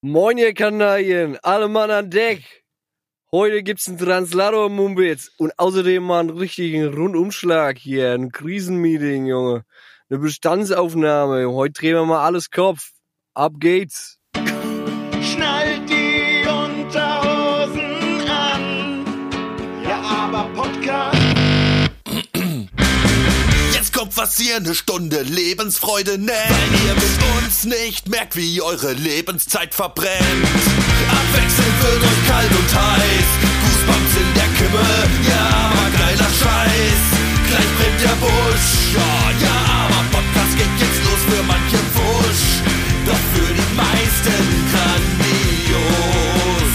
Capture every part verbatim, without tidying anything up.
Moin ihr Kanaillen, alle Mann an Deck. Heute gibt's einen Translator Mumbitz und außerdem mal einen richtigen Rundumschlag hier, ein Krisenmeeting, Junge. Eine Bestandsaufnahme. Heute drehen wir mal alles Kopf. Ab geht's. Schnallt die Unterhosen an. Ja, aber Podcast. Jetzt kommt was ihr eine Stunde Lebensfreude nennt, weil ihr mit uns nicht merkt, wie eure Lebenszeit verbrennt. Abwechselnd wird euch kalt und heiß, Goosebumps in der Kimme, ja, aber geiler Scheiß. Gleich brennt der Busch, ja, ja, aber Podcast geht jetzt los für manche Wusch. Doch für die meisten grandios,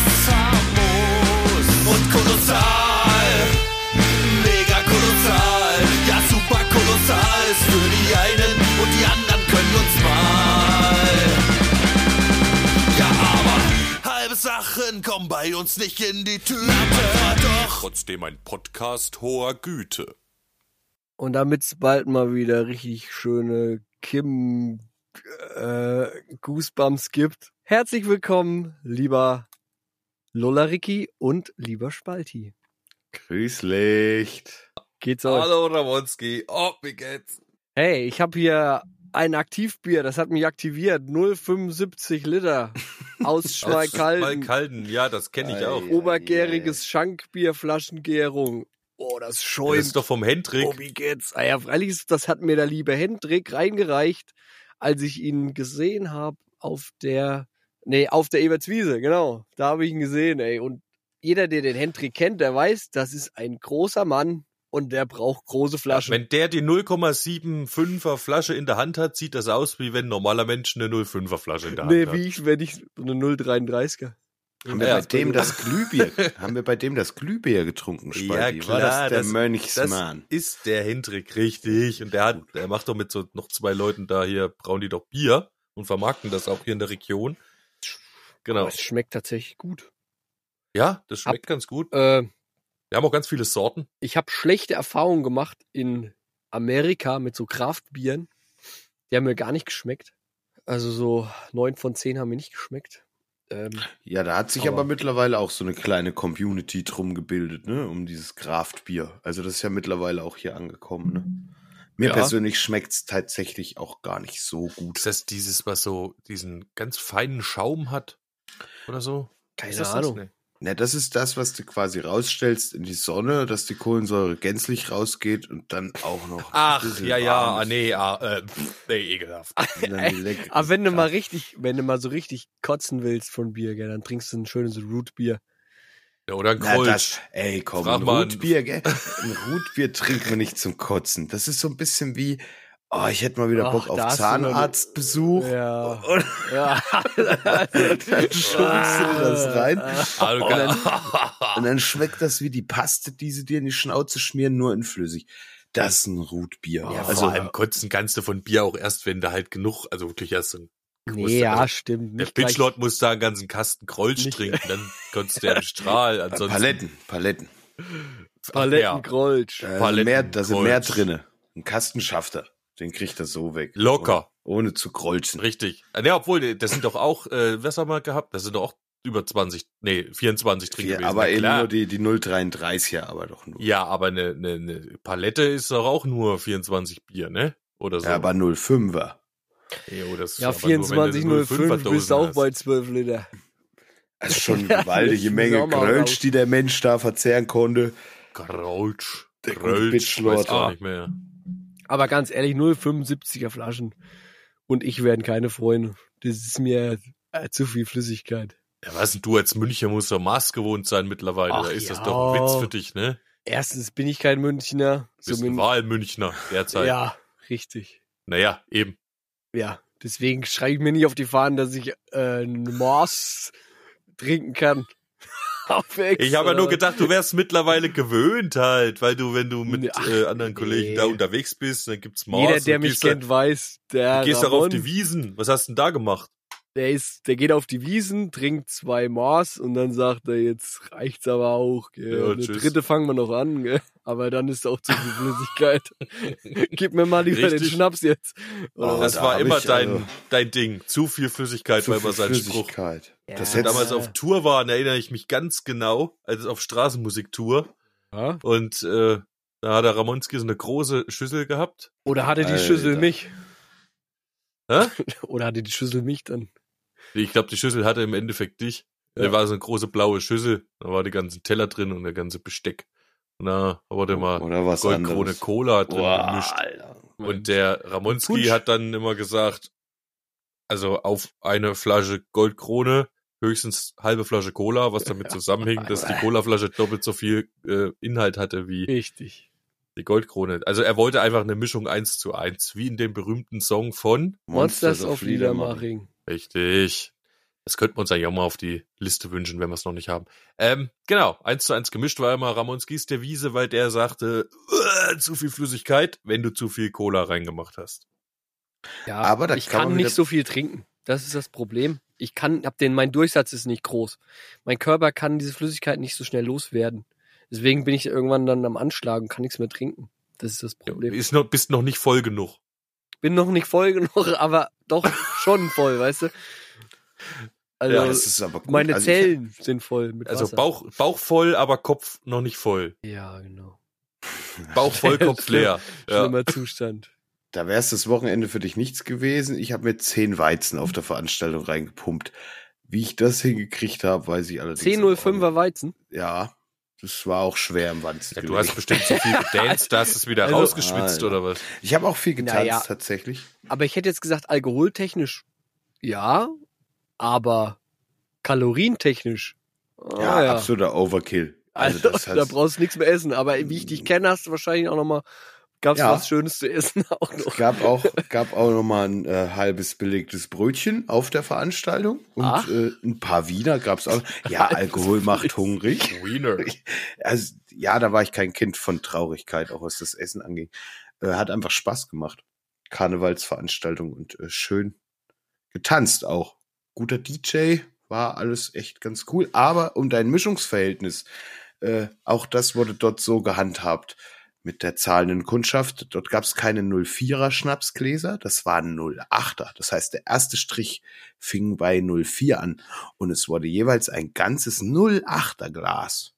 famos und kolossal, mega kolossal, ja super kolossal ist für die einen und die anderen können uns mal. Ja, aber halbe Sachen kommen bei uns nicht in die Tüte, doch trotzdem ein Podcast hoher Güte. Und damit's bald mal wieder richtig schöne Kim äh, Goosebumps gibt. Herzlich willkommen, lieber Lolariki und lieber Spalti. Grüß Licht. Geht's euch? Hallo Ramonski, oh, wie geht's? Hey, ich habe hier ein Aktivbier, das hat mich aktiviert. null Komma fünfundsiebzig Liter aus Schmalkalden. Schmalkalden, ja, das kenne ich auch. Obergäriges Schankbier, Flaschengärung. Oh, das Das schäumt. ist doch vom Hendrik. Oh, wie geht's? Ah ja, freilich, ist- das hat mir der liebe Hendrik reingereicht, als ich ihn gesehen habe auf der, nee, auf der Ebertswiese, genau. Da habe ich ihn gesehen, ey. Und jeder, der den Hendrik kennt, der weiß, das ist ein großer Mann und der braucht große Flaschen. Wenn der die null Komma fünfundsiebziger Flasche in der Hand hat, sieht das aus, wie wenn ein normaler Mensch eine null Komma fünfer Flasche in der Hand nee, hat. wie ich, wenn ich so eine null Komma dreiunddreißiger. Haben wir Ja. bei dem das Glühbier, haben wir bei dem das Glühbier getrunken, Spalti? Ja, War klar, das der das- Mönchsmann? Das ist der Hendrik, richtig. Und der hat, der macht doch mit so noch zwei Leuten da hier, brauen die doch Bier und vermarkten das auch hier in der Region. Genau. Aber es schmeckt tatsächlich gut. Ja, das schmeckt ganz gut. Äh, Wir haben auch ganz viele Sorten. ich habe schlechte Erfahrungen gemacht in Amerika mit so Kraftbieren. Die haben mir gar nicht geschmeckt. Also so neun von zehn haben mir nicht geschmeckt. Ähm, Ja, da hat sich aber, Aber- mittlerweile auch so eine kleine Community drum gebildet, ne, um dieses Kraftbier. Also das ist ja mittlerweile auch hier angekommen, ne? Mir Ja. persönlich schmeckt's tatsächlich auch gar nicht so gut. Ist das dieses, was so diesen ganz feinen Schaum hat? Oder so? Keine Ist das Ahnung. Das? Nee. Ja, das ist das, was du quasi rausstellst in die Sonne, dass die Kohlensäure gänzlich rausgeht und dann auch noch. ein Ach, bisschen ja, ja, warm ah, ist. nee, ah, äh, pff, nee, ekelhaft. Und dann lecker- Aber wenn du mal richtig, wenn du mal so richtig kotzen willst von Bier, gell, dann trinkst du ein schönes Rootbier. Ja, oder ein Na, Kolsch. das, ey, komm, Frag ein mal einen- Rotbier, gell? Ein Rotbier trinkt man nicht zum Kotzen. Das ist so ein bisschen wie, oh, ich hätte mal wieder Ach, Bock da auf hast du noch- Zahnarztbesuch. Ja. Und Ja. dann schubst du das rein. Ah, du Und dann, kannst- und dann schmeckt das wie die Paste, die sie dir in die Schnauze schmieren, nur in flüssig. Das ist ein Rotbier. Ja, also, vor allem kotzen kannst du von Bier auch erst, wenn du halt genug, also wirklich erst so ein Nee, ja, also, stimmt. der Nicht gleich- Pitchlord muss da einen ganzen Kasten Krolsch Nicht- trinken, dann konntest du ja im Strahl. Ansonsten Paletten, Paletten. Palettenkrolsch. Da sind Paletten, mehr, da sind mehr Krolsch. drinne. Ein Kastenschafter, den kriegt er so weg. Locker. Ohne, ohne zu krolzen. Richtig. Ja, obwohl, das sind doch auch, äh, was haben wir gehabt? Das sind doch auch über zwanzig, nee, vierundzwanzig drin Ja, gewesen. aber Na eben klar. nur die, die null Komma dreiunddreißiger, aber doch nur. Ja, aber eine, eine, eine Palette ist doch auch nur vierundzwanzig Bier, ne? Oder so. Ja, aber null Komma fünfer. Jo, das ist Ja, aber nur, wenn vierundzwanzig du null eine fünf bist Dosen du auch hast. bei zwölf Liter. Das ist schon Ja, eine gewaltige das Menge ist auch mal Krölsch, raus. die der Mensch da verzehren konnte. Krolsch. Der gute Krölsch, Bitchlord. weiß gar Ah. nicht mehr. Aber ganz ehrlich, null Komma fünfundsiebziger Flaschen. Und ich werden keine Freunde. Das ist mir äh, zu viel Flüssigkeit. Ja, was denn, du als Münchner musst doch Maß gewohnt sein mittlerweile. Ach Da ist das ja. doch ein Witz für dich, ne? Erstens bin ich kein Münchner. Du bist ein Zumindest- Wahlmünchner derzeit. Ja, richtig. Naja, eben. Ja, deswegen schreibe ich mir nicht auf die Fahnen, dass ich äh, ein Mors trinken kann. Auf extra. Ich habe ja nur gedacht, du wärst mittlerweile gewöhnt halt, weil du, wenn du mit Ach, äh, anderen nee. Kollegen da unterwegs bist, dann gibt's Maß. Jeder, der und mich gehst da- kennt, weiß, der Du gehst doch auf Ramon, die Wiesen. Was hast du denn da gemacht? der ist, der geht auf die Wiesen, trinkt zwei Maß und dann sagt er, jetzt reicht's aber auch. Gell. Ja, Eine tschüss. dritte fangen wir noch an. Gell. aber dann ist auch zu viel Flüssigkeit. Gib mir mal lieber Richtig. den Schnaps jetzt. Oder Oh, was? Das da war hab immer ich, dein, also- dein Ding. Zu viel Flüssigkeit Zu war immer viel sein Spruch. Flüssigkeit. Ja. Das Als wir hätte damals auf Tour waren, erinnere ich mich ganz genau, also auf Straßenmusiktour. Ja? Und äh, da hat der Ramonski so eine große Schüssel gehabt. Oder hatte die Alter. Schüssel mich? Hä? Oder hatte die Schüssel mich dann? Ich glaube, die Schüssel hatte im Endeffekt dich. Ja. Da war so eine große blaue Schüssel. Da war die ganzen Teller drin und der ganze Besteck. Und da wurde mal Oder was Goldkrone anderes. Cola drin Boah, gemischt. Alter. Und der Ramonski Punsch. hat dann immer gesagt, also auf eine Flasche Goldkrone höchstens halbe Flasche Cola, was damit zusammenhing, dass die Colaflasche doppelt so viel äh, Inhalt hatte wie Richtig. die Goldkrone. Also er wollte einfach eine Mischung eins zu eins, wie in dem berühmten Song von Monsters of Liedermaching. Richtig. Das könnten wir uns eigentlich auch mal auf die Liste wünschen, wenn wir es noch nicht haben. Ähm, genau, eins zu eins gemischt war immer Ramonskis Devise, weil der sagte, "Uah, zu viel Flüssigkeit, wenn du zu viel Cola reingemacht hast. Ja, Aber da ich kann kann man nicht wieder- so viel trinken. Das ist das Problem. Ich kann, hab den, mein Durchsatz ist nicht groß. Mein Körper kann diese Flüssigkeit nicht so schnell loswerden. Deswegen bin ich irgendwann dann am Anschlag und kann nichts mehr trinken. Das ist das Problem. Ist noch, bist noch nicht voll genug. Bin noch nicht voll genug, aber doch schon voll, weißt du? Also, Ja, Das ist aber gut. meine Also ich- Zellen sind voll mit Also Wasser. Bauch, Bauch voll, aber Kopf noch nicht voll. Ja, genau. Bauch voll, Kopf leer. Ja. Schlimmer Zustand. Da wäre es das Wochenende für dich nichts gewesen. Ich habe mir zehn Weizen auf der Veranstaltung reingepumpt. Wie ich das hingekriegt habe, weiß ich allerdings zehn null auch fünfer Weizen. nicht. Ja, das war auch schwer im Wanzen. Ja, du hast bestimmt so viel gedanced, da hast du es wieder Also- rausgeschwitzt Alter. oder was? Ich habe auch viel getanzt, Naja. tatsächlich. Aber ich hätte jetzt gesagt, alkoholtechnisch ja, aber kalorientechnisch. ah, Ja, absoluter Overkill. Also, Also, das da heißt, brauchst du nichts mehr essen. Aber wie ich dich kenne, hast du wahrscheinlich auch nochmal, gab's Ja. was Schönes zu essen auch es noch. gab auch, gab auch noch mal ein äh, halbes belegtes Brötchen auf der Veranstaltung. Und Ach. äh, ein paar Wiener gab es auch. Ja, Alkohol macht hungrig. Wiener. Also, ja, da war ich kein Kind von Traurigkeit, auch was das Essen angeht. Äh, hat einfach Spaß gemacht. Karnevalsveranstaltung und äh, schön getanzt auch. Guter D J, war alles echt ganz cool. Aber um dein Mischungsverhältnis, äh, auch das wurde dort so gehandhabt mit der zahlenden Kundschaft. Dort gab es keine null vierer Schnapsgläser, das waren null achter. Das heißt, der erste Strich fing bei null vier an und es wurde jeweils ein ganzes null achter Glas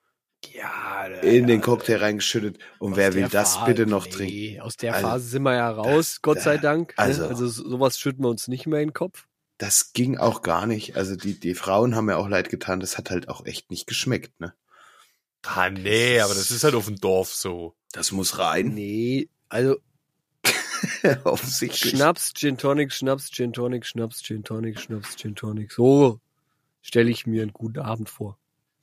Ja, in den Cocktail reingeschüttet. Und aus wer der will das Phase- bitte noch nee, trinken? Aus der Also, Phase sind wir ja raus, das- Gott sei da- Dank. also- ne? also so- sowas schütten wir uns nicht mehr in den Kopf. Das ging auch gar nicht. Also die, die Frauen haben mir auch leid getan. Das hat halt auch echt nicht geschmeckt, ne? Ah, nee, aber das ist halt auf dem Dorf so. Das muss rein. Nee, also Offensichtlich. Schnaps, Gin Tonic, Schnaps, Gin Tonic, Schnaps, Gin Tonic, Schnaps, Gin Tonic. So stelle ich mir einen guten Abend vor.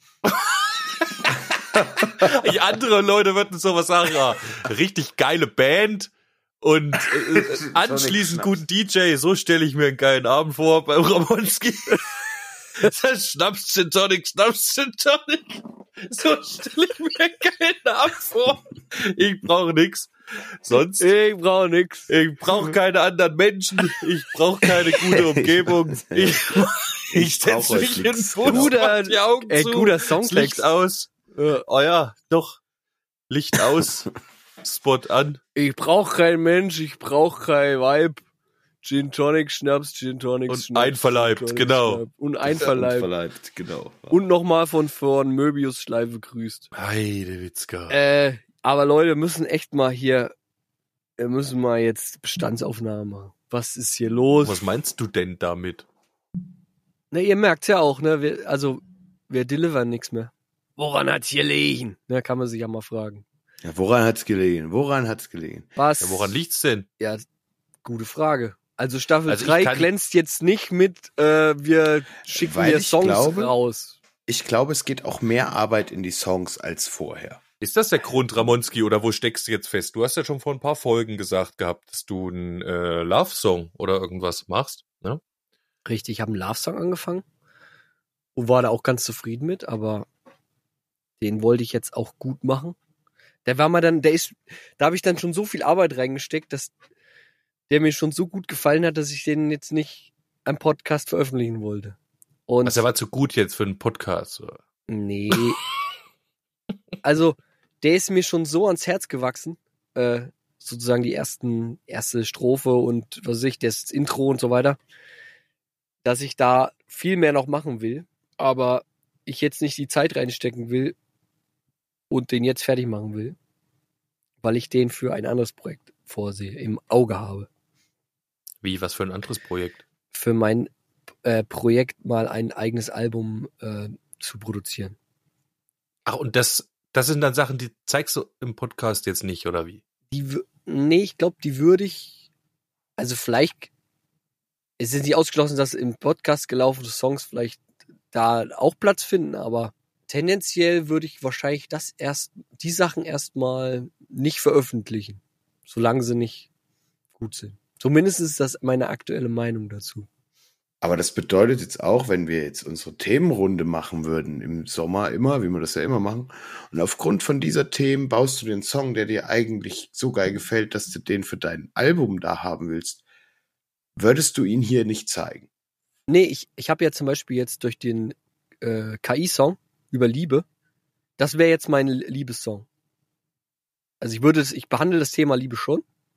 Die andere Leute würden sowas sagen, ah, richtig geile Band und äh, anschließend Schnaps. guten D J, so stelle ich mir einen geilen Abend vor beim Ramonski. Schnaps, Gin Tonic, Schnaps, Gin Tonic. So stelle ich mir einen geilen Abend vor. Ich brauche nix. Sonst, Ich brauche nix. ich brauche keine anderen Menschen. Ich brauche keine gute Umgebung. Ich, ich brauch setze euch mich in den nix. Bus, Guter- mach die Augen Ey, zu, guter das Licht Songtext. aus. Äh, oh ja, doch. Licht aus. Spot an. Ich brauche kein Mensch, ich brauche kein Weib. Gin Tonic, Schnaps, Gin Tonic, Und Schnaps. einverleibt, Gin Tonic, genau. Schnaps. Und einverleibt. Verleibt, genau. Und nochmal von vorn Möbius Schleife grüßt. Heidewitzka. Äh, aber Leute, wir müssen echt mal hier, wir müssen mal jetzt Bestandsaufnahme machen. Was ist hier los? Was meinst du denn damit? Ne, ihr merkt's ja auch, ne? Wir, also, wir delivern nichts mehr. Woran hat's gelegen? Ne, kann man sich ja mal fragen. Ja, woran hat's gelegen? Woran hat's gelegen? Was? Ja, woran liegt's denn? Ja, gute Frage. Also Staffel Also ich drei kann- glänzt jetzt nicht mit, äh, wir schicken Weil hier ich Songs glaube- raus. Ich glaube, es geht auch mehr Arbeit in die Songs als vorher. Ist das der Grund, Ramonski, oder wo steckst du jetzt fest? Du hast ja schon vor ein paar Folgen gesagt gehabt, dass du einen äh, Love-Song oder irgendwas machst, ne? Richtig, ich habe einen Love-Song angefangen und war da auch ganz zufrieden mit, aber den wollte ich jetzt auch gut machen. Der war mal dann, der ist, da habe ich dann schon so viel Arbeit reingesteckt, dass der mir schon so gut gefallen hat, dass ich den jetzt nicht am Podcast veröffentlichen wollte. Und Also der war zu gut jetzt für einen Podcast. Oder? nee. Also, der ist mir schon so ans Herz gewachsen, äh, sozusagen die ersten, erste Strophe und was weiß ich, das Intro und so weiter, dass ich da viel mehr noch machen will, aber ich jetzt nicht die Zeit reinstecken will und den jetzt fertig machen will, weil ich den für ein anderes Projekt vorsehe, im Auge habe. Wie, was für ein anderes Projekt? Für mein äh, Projekt mal ein eigenes Album äh, zu produzieren. Ach, und das, das sind dann Sachen, die zeigst du im Podcast jetzt nicht, oder wie? Die, w- nee, ich glaube, die würde ich, also vielleicht, es ist nicht ausgeschlossen, dass im Podcast gelaufene Songs vielleicht da auch Platz finden, aber tendenziell würde ich wahrscheinlich das erst, die Sachen erstmal nicht veröffentlichen, solange sie nicht gut sind. Zumindest ist das meine aktuelle Meinung dazu. Aber das bedeutet jetzt auch, wenn wir jetzt unsere Themenrunde machen würden, im Sommer immer, wie wir das ja immer machen, und aufgrund von dieser Themen baust du den Song, der dir eigentlich so geil gefällt, dass du den für dein Album da haben willst, würdest du ihn hier nicht zeigen? Nee, ich, ich habe ja zum Beispiel jetzt durch den äh, K I-Song über Liebe, das wäre jetzt mein Liebessong. Also ich würde es, ich behandle das Thema Liebe schon.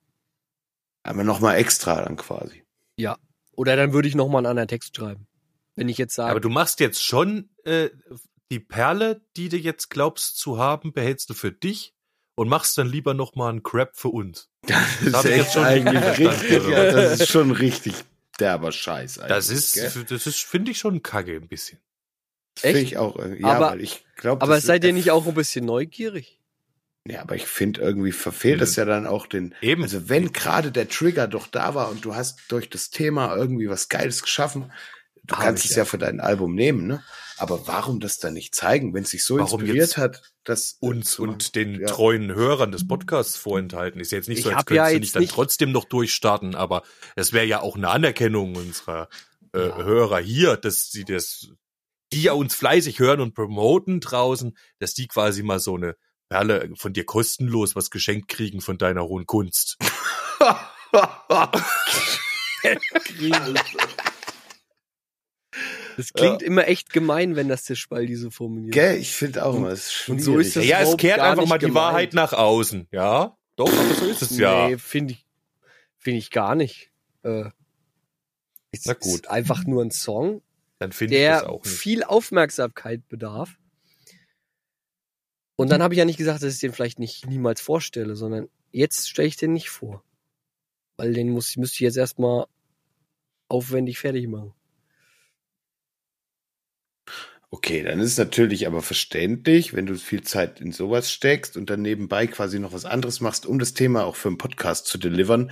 Aber nochmal extra dann quasi. Ja. Oder dann würde ich nochmal einen anderen Text schreiben. Wenn ich jetzt sage. Aber du machst jetzt schon äh, die Perle, die du jetzt glaubst zu haben, behältst du für dich und machst dann lieber nochmal einen Crap für uns. Das ist hab ich echt jetzt schon eigentlich nicht richtig, verstanden, ja, das ist schon richtig derber Scheiß eigentlich. Das ist, gell? das ist, finde ich schon kacke ein bisschen. Das finde Echt? ich auch, äh, ja, Aber- weil ich glaube, aber seid ihr nicht auch ein bisschen neugierig? Ja, aber ich finde, irgendwie verfehlt es ja dann auch den. Eben. Also, wenn gerade der Trigger doch da war und du hast durch das Thema irgendwie was Geiles geschaffen, du Hab kannst ich, es ja. ja für dein Album nehmen, ne? Aber warum das dann nicht zeigen, wenn es sich so Warum inspiriert jetzt hat, das äh, Uns zu und machen? den Ja. treuen Hörern des Podcasts vorenthalten. Ist jetzt nicht so, Ich als hab ja könntest du jetzt nicht dann nicht- trotzdem noch durchstarten, aber es wäre ja auch eine Anerkennung unserer äh, Ja. Hörer hier, dass sie das, die ja uns fleißig hören und promoten draußen, dass die quasi mal so eine Perle von dir kostenlos was geschenkt kriegen von deiner hohen Kunst. Das klingt immer echt gemein, wenn das der Spaldi so formuliert. Gell, ich finde auch immer, es ist Und schwierig. so ist das Ja, es überhaupt kehrt gar einfach nicht mal die gemeint. Wahrheit nach außen. Ja, doch, aber so ist es ja. Nee, finde ich, finde ich gar nicht. Äh, es Na gut. ist einfach nur ein Song, Dann finde ich das der auch nicht. viel Aufmerksamkeit bedarf. Und dann habe ich ja nicht gesagt, dass ich den vielleicht nicht niemals vorstelle, sondern jetzt stelle ich den nicht vor. Weil den muss, müsste ich jetzt erstmal aufwendig fertig machen. Okay, dann ist es natürlich aber verständlich, wenn du viel Zeit in sowas steckst und dann nebenbei quasi noch was anderes machst, um das Thema auch für einen Podcast zu delivern,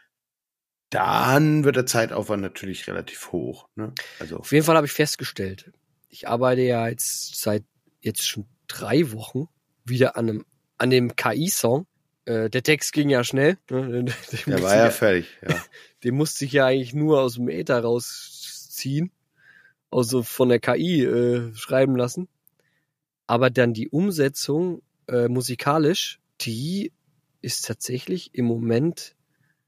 dann wird der Zeitaufwand natürlich relativ hoch. Ne? Also Auf jeden Fall habe ich festgestellt, ich arbeite ja jetzt seit jetzt schon drei Wochen wieder an einem an dem K I-Song. Äh, der Text ging ja schnell. Ne? Den, den der musste war ja ich fertig. Ja. den musste ich ja eigentlich nur aus dem Äther rausziehen, also von der K I äh, schreiben lassen. Aber dann die Umsetzung äh, musikalisch, die ist tatsächlich im Moment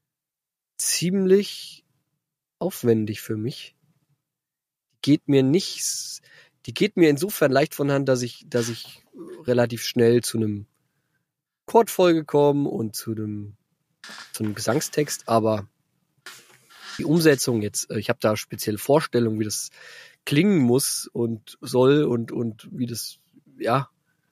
ziemlich aufwendig für mich. Die geht mir nicht, s- die geht mir insofern leicht von Hand, dass ich, dass ich relativ schnell zu einem Chordfolge komme und zu einem, zu einem Gesangstext, aber die Umsetzung jetzt, äh, ich habe da spezielle Vorstellungen, wie das klingen muss und soll und, und wie das, ja,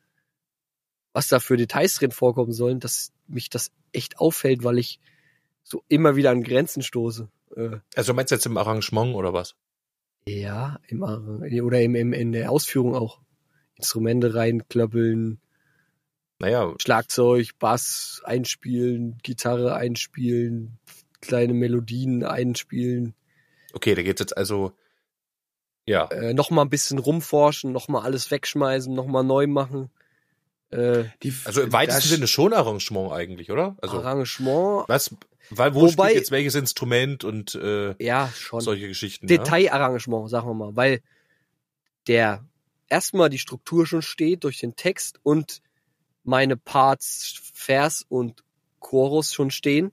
was da für Details drin vorkommen sollen, dass mich das echt auffällt, weil ich so immer wieder an Grenzen stoße. Äh, Also meinst du jetzt im Arrangement oder was? ja, im, Ar- oder im, im, in der Ausführung auch. Instrumente reinklappeln, Naja, Schlagzeug, Bass einspielen, Gitarre einspielen, kleine Melodien einspielen, okay, da geht's jetzt also, ja, äh, noch mal ein bisschen rumforschen, noch mal alles wegschmeißen, noch mal neu machen. Äh, Die, also im weitesten das- Sinne schon Arrangement eigentlich, oder? Also Arrangement, was, weil wo Wobei- spielt jetzt welches Instrument und äh, ja, schon. solche Geschichten? Ja? Detailarrangement, sagen wir mal, weil der erstmal die Struktur schon steht durch den Text und meine Parts, Vers und Chorus schon stehen,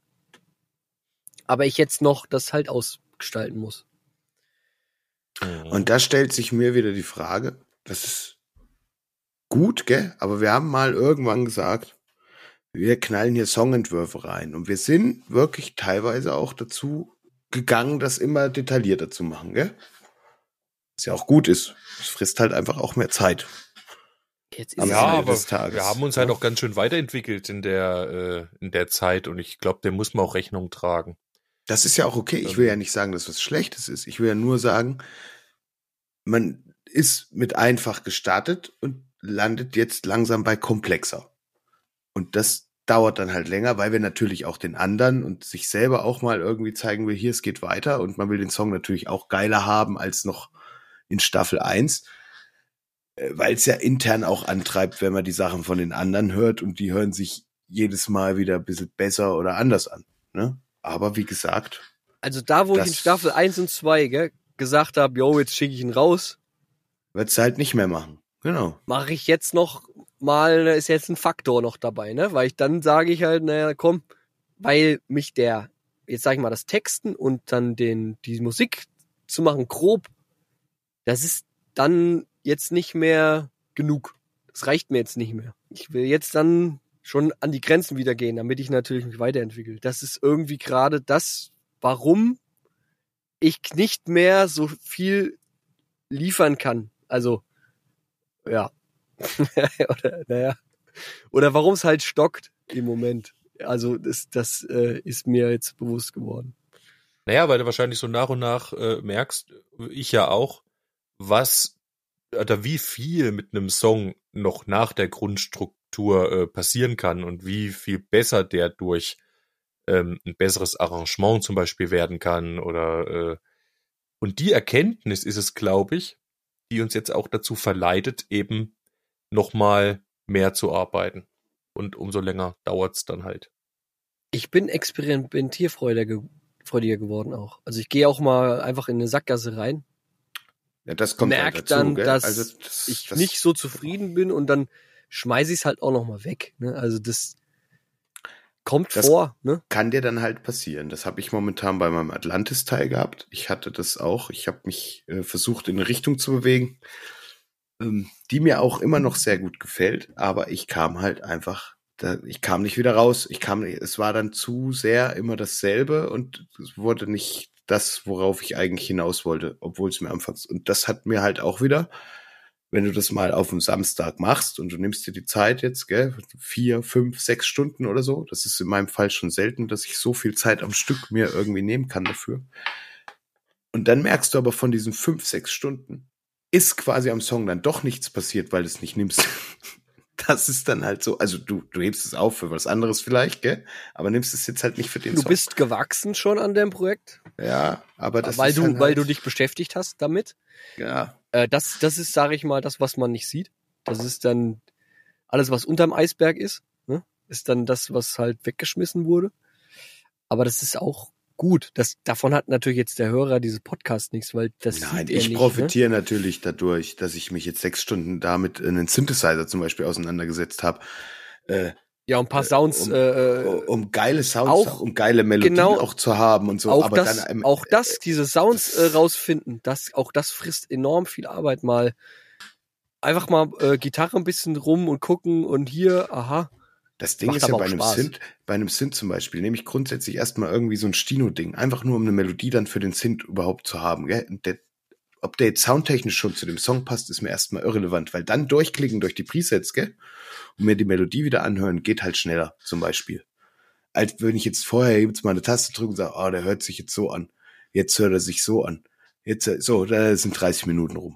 aber ich jetzt noch das halt ausgestalten muss. Mhm. Und da stellt sich mir wieder die Frage, das ist gut, gell? Aber wir haben mal irgendwann gesagt, wir knallen hier Songentwürfe rein. Und wir sind wirklich teilweise auch dazu gegangen, das immer detaillierter zu machen, gell? Was ja auch gut ist. Es frisst halt einfach auch mehr Zeit. Jetzt Am ist Ja, Ende aber des Tages. wir haben uns halt auch ganz schön weiterentwickelt in der, äh, in der Zeit und ich glaube, dem muss man auch Rechnung tragen. Das ist ja auch okay. Ich will ja nicht sagen, dass was Schlechtes ist. Ich will ja nur sagen, man ist mit einfach gestartet und landet jetzt langsam bei komplexer. Und das dauert dann halt länger, weil wir natürlich auch den anderen und sich selber auch mal irgendwie zeigen will, hier, es geht weiter. Und man will den Song natürlich auch geiler haben als noch in Staffel eins, weil es ja intern auch antreibt, wenn man die Sachen von den anderen hört und die hören sich jedes Mal wieder ein bisschen besser oder anders an. Ne? Aber wie gesagt, Also da, wo ich in das- Staffel eins und zwei gell, gesagt habe, yo, jetzt schicke ich ihn raus, wird's halt nicht mehr machen. Genau. mache ich jetzt noch mal, da ist jetzt ein Faktor noch dabei, ne? Weil ich dann sage ich halt, naja, komm, weil mich der, jetzt sag ich mal, das Texten und dann den, die Musik zu machen, grob, das ist dann jetzt nicht mehr genug. Das reicht mir jetzt nicht mehr. Ich will jetzt dann schon an die Grenzen wieder gehen, damit ich natürlich mich weiterentwickle. Das ist irgendwie gerade das, warum ich nicht mehr so viel liefern kann. Also, ja. Oder, naja. Oder warum es halt stockt im Moment. Also, das, das äh, ist mir jetzt bewusst geworden. Naja, weil du wahrscheinlich so nach und nach äh, merkst, ich ja auch, was oder wie viel mit einem Song noch nach der Grundstruktur äh, passieren kann und wie viel besser der durch ähm, ein besseres Arrangement zum Beispiel werden kann oder äh, und die Erkenntnis ist es, glaube ich, die uns jetzt auch dazu verleitet, eben nochmal mehr zu arbeiten. Und umso länger dauert's dann halt. Ich bin experimentierfreudiger ge- freudiger geworden auch. Also ich gehe auch mal einfach in eine Sackgasse rein, Ja, das kommt merk halt dazu, dann, gell? dass Also das, ich das, nicht so zufrieden bin und dann schmeiße ich es halt auch noch mal weg. Ne? Also das kommt Das- vor. Ne? kann dir dann halt passieren. Das habe ich momentan bei meinem Atlantis-Teil gehabt. Ich hatte das auch. Ich habe mich äh, versucht, in eine Richtung zu bewegen, ähm, die mir auch immer noch sehr gut gefällt. Aber ich kam halt einfach, da, ich kam nicht wieder raus. Ich kam, es war dann zu sehr immer dasselbe und es wurde nicht das, worauf ich eigentlich hinaus wollte, obwohl es mir anfangs. Und das hat mir halt auch wieder, wenn du das mal auf dem Samstag machst und du nimmst dir die Zeit jetzt, gell, vier, fünf, sechs Stunden oder so, das ist in meinem Fall schon selten, dass ich so viel Zeit am Stück mir irgendwie nehmen kann dafür. Und dann merkst du aber von diesen fünf, sechs Stunden ist quasi am Song dann doch nichts passiert, weil du es nicht nimmst. Das ist dann halt so, also du, du hebst es auf für was anderes vielleicht, gell, aber nimmst es jetzt halt nicht für den Du Song. bist gewachsen schon an dem Projekt, Ja, aber das weil ist du, dann weil halt, du dich beschäftigt hast damit. ja, Äh, das, das ist, sage ich mal, das, was man nicht sieht. Das ist dann alles, was unterm Eisberg ist, ne? Ist dann das, was halt weggeschmissen wurde. Aber das ist auch gut. Das, davon hat natürlich jetzt der Hörer dieses Podcast nichts, weil das Nein, sieht er ich nicht, profitiere natürlich dadurch, dass ich mich jetzt sechs Stunden damit einen Synthesizer zum Beispiel auseinandergesetzt habe, äh, Ne? Ja, und ein paar Sounds. um, äh, um geile Sounds, auch- um geile Melodien genau, auch zu haben und so. auch aber das, dann, ähm, auch das, diese Sounds das- äh, rausfinden, das, auch das frisst enorm viel Arbeit mal. Einfach mal äh, Gitarre ein bisschen rum und gucken und hier, aha. Das Ding Macht ist ja aber bei auch einem Spaß. Synth, bei einem Synth zum Beispiel, nehme ich grundsätzlich erstmal irgendwie so ein Stino-Ding. Einfach nur, um eine Melodie dann für den Synth überhaupt zu haben. Gell? Und der, ob der jetzt soundtechnisch schon zu dem Song passt, ist mir erstmal irrelevant, weil dann durchklicken durch die Presets, gell? Und mir die Melodie wieder anhören, geht halt schneller, zum Beispiel. Als wenn ich jetzt vorher jetzt mal eine Taste drücke und sage, oh, der hört sich jetzt so an. Jetzt hört er sich so an. Jetzt, äh, so, da sind dreißig Minuten rum.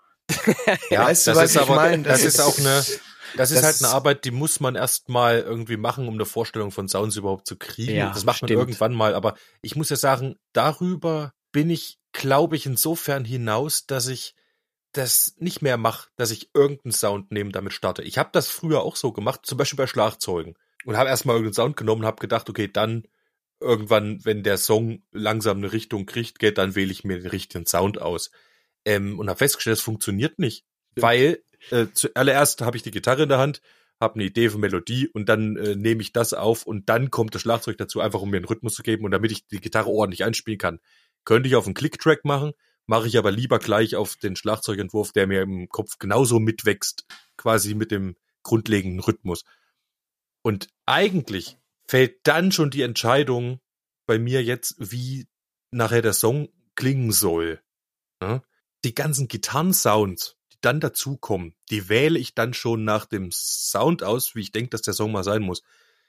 Ja, Weißt du, das was ist ich aber, mein? das, Das ist auch eine, das ist das- halt eine Arbeit, die muss man erst mal irgendwie machen, um eine Vorstellung von Sounds überhaupt zu kriegen. Ja, das macht man stimmt. irgendwann mal, aber ich muss ja sagen, darüber bin ich, glaube ich, insofern hinaus, dass ich das nicht mehr mache, dass ich irgendeinen Sound nehme, damit starte. Ich habe das früher auch so gemacht, zum Beispiel bei Schlagzeugen. Und habe erstmal irgendeinen Sound genommen und habe gedacht, okay, dann irgendwann, wenn der Song langsam eine Richtung kriegt, geht, dann wähle ich mir den richtigen Sound aus. Ähm, und habe festgestellt, das funktioniert nicht. Weil äh, zuallererst habe ich die Gitarre in der Hand, habe eine Idee von Melodie und dann äh, nehme ich das auf und dann kommt das Schlagzeug dazu, einfach um mir einen Rhythmus zu geben und damit ich die Gitarre ordentlich einspielen kann. Könnte ich auf einen Click-Track machen, mache ich aber lieber gleich auf den Schlagzeugentwurf, der mir im Kopf genauso mitwächst, quasi mit dem grundlegenden Rhythmus. Und eigentlich fällt dann schon die Entscheidung bei mir jetzt, wie nachher der Song klingen soll. Ja? Die ganzen Gitarrensounds, die dann dazukommen, die wähle ich dann schon nach dem Sound aus, wie ich denke, dass der Song mal sein muss.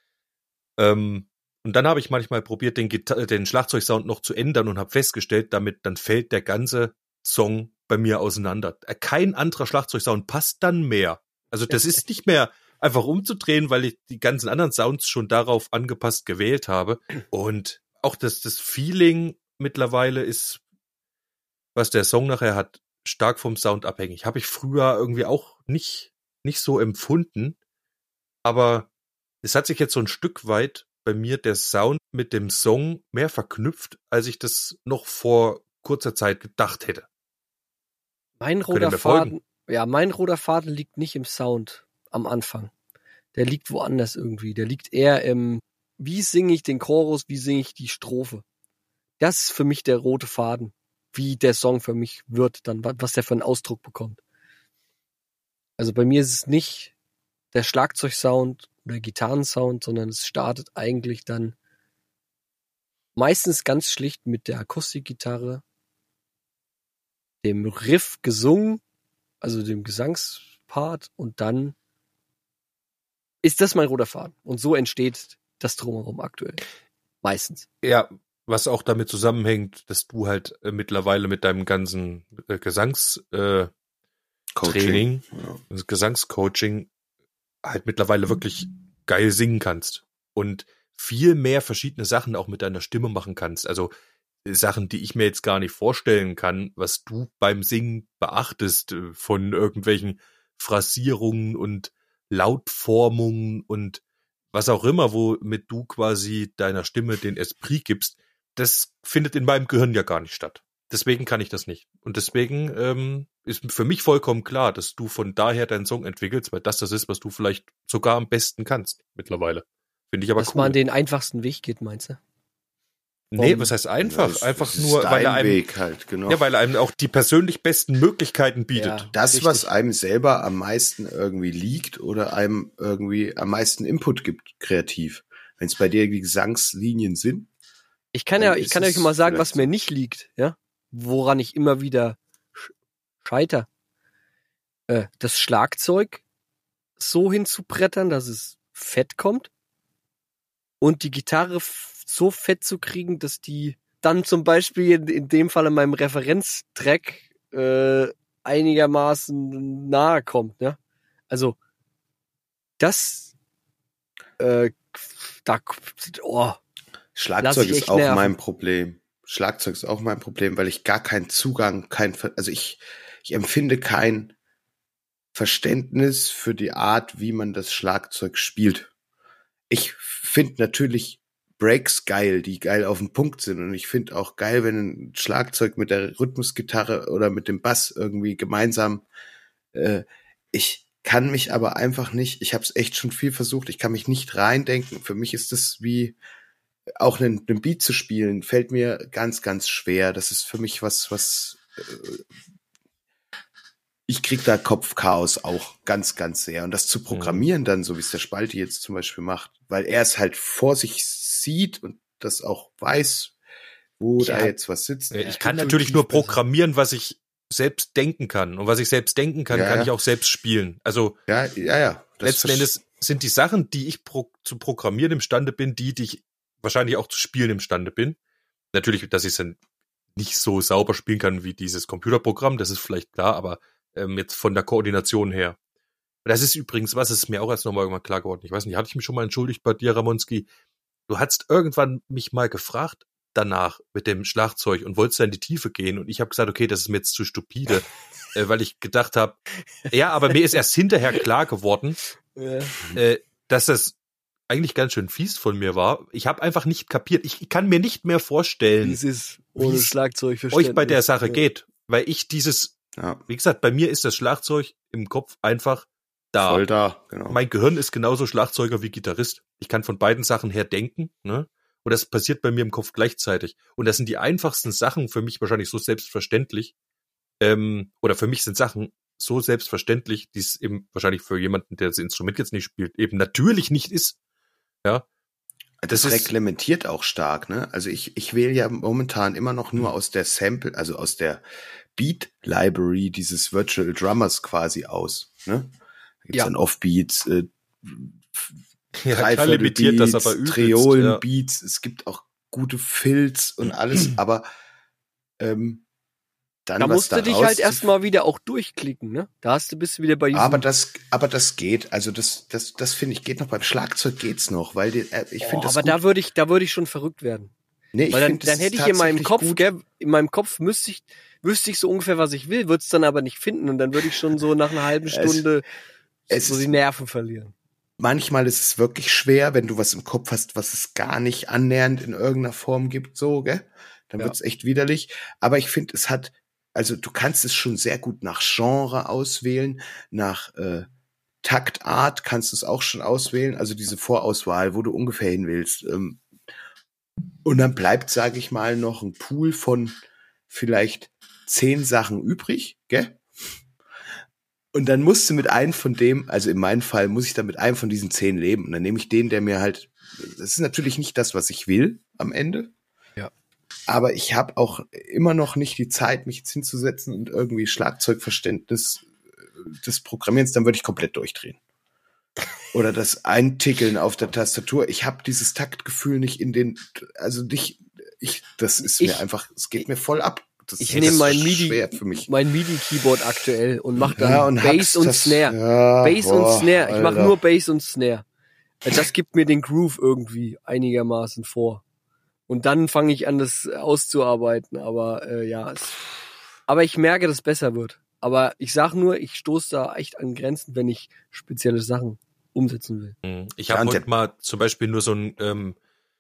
Ähm, und dann habe ich manchmal probiert, den, Gita- den Schlagzeugsound noch zu ändern und habe festgestellt, damit dann fällt der ganze Song bei mir auseinander. Kein anderer Schlagzeugsound passt dann mehr. Also das ist nicht mehr einfach umzudrehen, weil ich die ganzen anderen Sounds schon darauf angepasst gewählt habe. Und auch das, das Feeling mittlerweile ist, was der Song nachher hat, stark vom Sound abhängig. Habe ich früher irgendwie auch nicht, nicht so empfunden. Aber es hat sich jetzt so ein Stück weit bei mir der Sound mit dem Song mehr verknüpft, als ich das noch vor kurzer Zeit gedacht hätte. Mein Könnt ihr roter mir Faden, folgen? ja, mein roter Faden liegt nicht im Sound am Anfang. Der liegt woanders irgendwie. Der liegt eher im, wie singe ich den Chorus, wie singe ich die Strophe. Das ist für mich der rote Faden, wie der Song für mich wird, dann was der für einen Ausdruck bekommt. Also bei mir ist es nicht der Schlagzeugsound oder Gitarrensound, sondern es startet eigentlich dann meistens ganz schlicht mit der Akustikgitarre, dem Riff gesungen, also dem Gesangspart, und dann ist das mein roter Faden. Und so entsteht das Drumherum aktuell. Meistens. Ja, was auch damit zusammenhängt, dass du halt äh, mittlerweile mit deinem ganzen äh, Gesangstraining, äh, Training, Ja. das Gesangscoaching halt mittlerweile wirklich geil singen kannst und viel mehr verschiedene Sachen auch mit deiner Stimme machen kannst. Also äh, Sachen, die ich mir jetzt gar nicht vorstellen kann, was du beim Singen beachtest, äh, von irgendwelchen Phrasierungen und Lautformungen und was auch immer, womit du quasi deiner Stimme den Esprit gibst, das findet in meinem Gehirn ja gar nicht statt. Deswegen kann ich das nicht. Und deswegen ähm, ist für mich vollkommen klar, dass du von daher deinen Song entwickelst, weil das das ist, was du vielleicht sogar am besten kannst mittlerweile. Finde ich aber Dass cool. man den einfachsten Weg geht, meinst du? Nee, vom- was heißt einfach? Das- einfach das ist nur, weil er dein einem, Weg halt, genau. ja, weil er einem auch die persönlich besten Möglichkeiten bietet. Ja. das, Richtig. was einem selber am meisten irgendwie liegt oder einem irgendwie am meisten Input gibt, kreativ. Wenn es bei dir die Gesangslinien sind. Ich kann Dann ja, ich ist kann euch es mal sagen, was vielleicht mir so. nicht liegt, ja, woran ich immer wieder sch- scheiter. Äh, das Schlagzeug so hinzubrettern, dass es fett kommt und die Gitarre f- so fett zu kriegen, dass die dann zum Beispiel in, in dem Fall in meinem Referenztrack äh, einigermaßen nahe kommt, ne? Also das äh, da oh, Lass Schlagzeug ich ist echt auch nerven. mein Problem. Schlagzeug ist auch mein Problem, weil ich gar keinen Zugang, kein, Ver- also ich, ich empfinde kein Verständnis für die Art, wie man das Schlagzeug spielt. Ich finde natürlich Breaks geil, die geil auf den Punkt sind, und ich finde auch geil, wenn ein Schlagzeug mit der Rhythmusgitarre oder mit dem Bass irgendwie gemeinsam, äh, ich kann mich aber einfach nicht, ich habe es echt schon viel versucht, ich kann mich nicht reindenken. Für mich ist das wie auch einen, einen Beat zu spielen, fällt mir ganz, ganz schwer. Das ist für mich was, was äh, ich krieg da Kopfchaos auch ganz, ganz sehr. Und das zu programmieren dann, so wie es der Spalti jetzt zum Beispiel macht, weil er es halt vor sich sieht und das auch weiß, wo Ja. da jetzt was sitzt. Äh, Ich kann Intuitiv natürlich nur besser. programmieren, was ich selbst denken kann. Und was ich selbst denken kann, Ja, kann ja. ich auch selbst spielen. Also Ja, ja, ja. Das letzten verste- Endes sind die Sachen, die ich pro, zu programmieren imstande bin, die, die ich wahrscheinlich auch zu spielen imstande bin. Natürlich, dass ich es dann nicht so sauber spielen kann wie dieses Computerprogramm, das ist vielleicht klar, aber ähm, jetzt von der Koordination her. Das ist übrigens, was ist mir auch erst nochmal irgendwann klar geworden. Ich weiß nicht, hatte ich mich schon mal entschuldigt bei dir, Ramonski? Du hattest irgendwann mich mal gefragt danach mit dem Schlagzeug und wolltest da in die Tiefe gehen, und ich habe gesagt, okay, das ist mir jetzt zu stupide, äh, weil ich gedacht habe, ja, aber mir ist erst hinterher klar geworden, Ja. äh, dass das eigentlich ganz schön fies von mir war. Ich habe einfach nicht kapiert. Ich, ich kann mir nicht mehr Wie vorstellen, es ist, ohne Wie's Schlagzeug euch bei der Sache ja. geht, weil ich dieses, ja, wie gesagt, bei mir ist das Schlagzeug im Kopf einfach da. voll da, genau. Mein Gehirn ist genauso Schlagzeuger wie Gitarrist. Ich kann von beiden Sachen her denken, ne? Und das passiert bei mir im Kopf gleichzeitig. Und das sind die einfachsten Sachen für mich wahrscheinlich so selbstverständlich. Ähm, oder für mich sind Sachen so selbstverständlich, die es eben wahrscheinlich für jemanden, der das Instrument jetzt nicht spielt, eben natürlich nicht ist. Ja. Das, das reglementiert auch stark, ne? Also ich, ich wähle ja momentan immer noch nur aus der Sample, also aus der Beat Library dieses Virtual Drummers quasi aus, ne? Da gibt's Ja. dann Offbeats, äh, Ja, klar limitiert das aber übelst, Triolen-Beats, es gibt auch gute Fills und alles, aber ähm, dann Da was musst du dich daraus halt zu- erstmal wieder auch durchklicken, ne? Da hast du, bist du wieder bei diesem, aber das, aber das geht, also das, das, das finde ich geht noch, beim Schlagzeug geht's noch, weil die, äh, ich oh, finde das aber gut. da würde ich, da würde ich schon verrückt werden. Nee, ich Weil dann, find, das dann hätte ist ich in meinem tatsächlich Kopf, gut. gell, in meinem Kopf müsste ich, wüsste ich so ungefähr, was ich will, würde es dann aber nicht finden und dann würde ich schon so nach einer halben Es- Stunde es so ist- die Nerven verlieren. Manchmal ist es wirklich schwer, wenn du was im Kopf hast, was es gar nicht annähernd in irgendeiner Form gibt, so, gell? Dann Ja. wird's echt widerlich. Aber ich finde, es hat, also du kannst es schon sehr gut nach Genre auswählen, nach äh, Taktart kannst du es auch schon auswählen, also diese Vorauswahl, wo du ungefähr hin willst. Ähm, und dann bleibt, sage ich mal, noch ein Pool von vielleicht zehn Sachen übrig, gell? Und dann musst du mit einem von dem, also in meinem Fall muss ich dann mit einem von diesen zehn leben. Und dann nehme ich den, der mir halt, das ist natürlich nicht das, was ich will am Ende. Ja. Aber ich habe auch immer noch nicht die Zeit, mich jetzt hinzusetzen und irgendwie Schlagzeugverständnis des Programmierens, dann würde ich komplett durchdrehen. Oder das Eintickeln auf der Tastatur. Ich habe dieses Taktgefühl nicht in den, also nicht, ich, das ist Ich- mir einfach, es geht mir voll ab. Das Ich ist nehme mein schwer MIDI, für mich. mein MIDI-Keyboard aktuell und mache dann Ja, und Bass hab's und das- Snare. Ja, Bass boah, und Snare. Ich mache Alter. nur Bass und Snare. Das gibt mir den Groove irgendwie einigermaßen vor. Und dann fange ich an, das auszuarbeiten. Aber äh, ja, es, aber ich merke, dass es besser wird. Aber ich sag nur, ich stoße da echt an Grenzen, wenn ich spezielle Sachen umsetzen will. Mhm. Ich Ja, habe und heute der- mal zum Beispiel nur so ein ähm,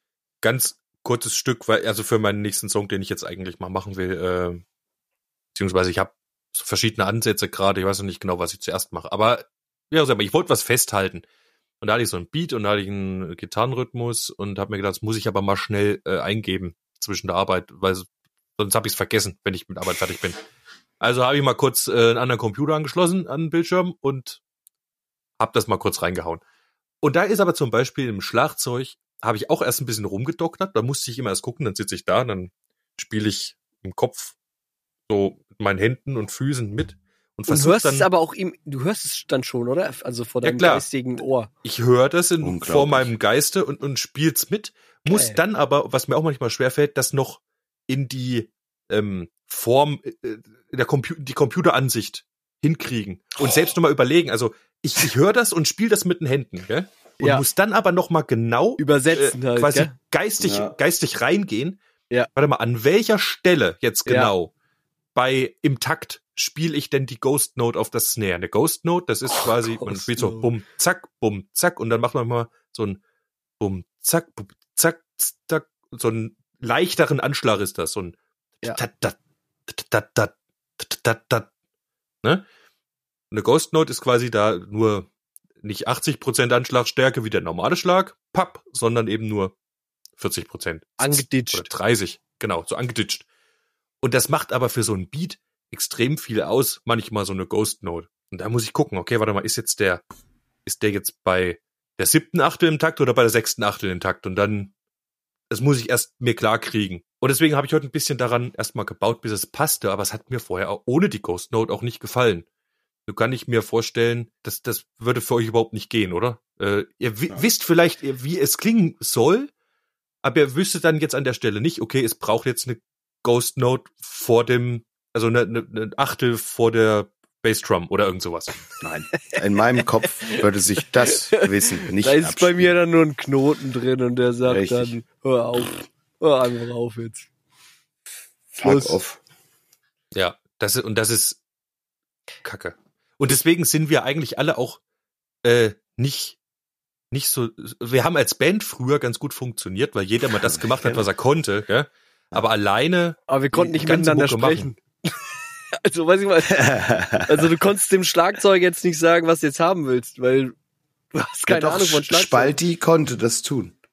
ganz kurzes Stück, weil also für meinen nächsten Song, den ich jetzt eigentlich mal machen will, äh, beziehungsweise ich habe so verschiedene Ansätze gerade, ich weiß noch nicht genau, was ich zuerst mache, aber ja, sag mal, ich wollte was festhalten. Und da hatte ich so ein Beat und da hatte ich einen Gitarrenrhythmus und habe mir gedacht, das muss ich aber mal schnell äh, eingeben zwischen der Arbeit, weil sonst habe ich es vergessen, wenn ich mit Arbeit fertig bin. Also habe ich mal kurz äh, einen anderen Computer angeschlossen an den Bildschirm und hab das mal kurz reingehauen. Und da ist aber zum Beispiel im Schlagzeug, habe ich auch erst ein bisschen rumgedoktert, da musste ich immer erst gucken, dann sitze ich da, dann spiele ich im Kopf so mit meinen Händen und Füßen mit und Und versuche hörst dann, es aber auch ihm, du hörst es dann schon, oder? Also vor Ja, deinem klar. geistigen Ohr. ich höre das in, Unglaublich. vor meinem Geiste und, und spiel's mit, muss Geil. dann aber, was mir auch manchmal schwerfällt, das noch in die ähm, Form, äh, der Compu die Computeransicht hinkriegen und selbst nochmal überlegen, also ich, ich höre das und spiele das mit den Händen, gell? Und Ja. muss dann aber nochmal genau Übersetzen äh, halt, quasi gell? geistig, Ja. geistig reingehen. Ja. Warte mal, an welcher Stelle jetzt Ja. genau bei im Takt spiele ich denn die Ghost Note auf das Snare? Eine Ghost Note, das ist quasi, man Ghost spielt so Note. bumm, zack, bumm, zack und dann macht man mal so ein bumm, zack, bumm, zack, zack, so einen leichteren Anschlag ist das, so ein Ja. tat, tat, tat, tat, tat, tat, tat, tat, ne? Eine Ghost Note ist quasi da nur nicht achtzig Prozent Anschlagstärke wie der normale Schlag, papp, sondern eben nur vierzig Prozent. Angeditscht. Oder dreißig, genau, so angeditscht. Und das macht aber für so ein Beat extrem viel aus, manchmal so eine Ghost Note. Und da muss ich gucken, okay, warte mal, ist jetzt der, ist der jetzt bei der siebten Achtel im Takt oder bei der sechsten Achtel im Takt? Und dann, das muss ich erst mir klar kriegen. Und deswegen habe ich heute ein bisschen daran erstmal gebaut, bis es passte, aber es hat mir vorher auch ohne die Ghost Note auch nicht gefallen. So kann ich mir vorstellen, dass das würde für euch überhaupt nicht gehen, oder? Äh, ihr w- Ja. wisst vielleicht, wie es klingen soll, aber ihr wüsstet dann jetzt an der Stelle nicht, okay, es braucht jetzt eine Ghost Note vor dem, also eine, eine, eine Achtel vor der Bassdrum oder irgend sowas. Nein. In meinem Kopf würde sich das Wissen nicht Da ist bei abspielen. mir dann nur ein Knoten drin und der sagt Richtig. dann, hör auf, hör einfach auf jetzt. Fuck Schluss. off. Ja, das ist, und das ist Kacke. Und deswegen sind wir eigentlich alle auch äh, nicht nicht so. Wir haben als Band früher ganz gut funktioniert, weil jeder mal das gemacht hat, was er konnte. Ja? Aber alleine. Aber wir konnten Die nicht ganze miteinander Mucke sprechen. Also, weiß ich mal, also du konntest dem Schlagzeug jetzt nicht sagen, was du jetzt haben willst, weil du hast keine Ja, doch, Ahnung von Schlagzeug. Spalti konnte das tun.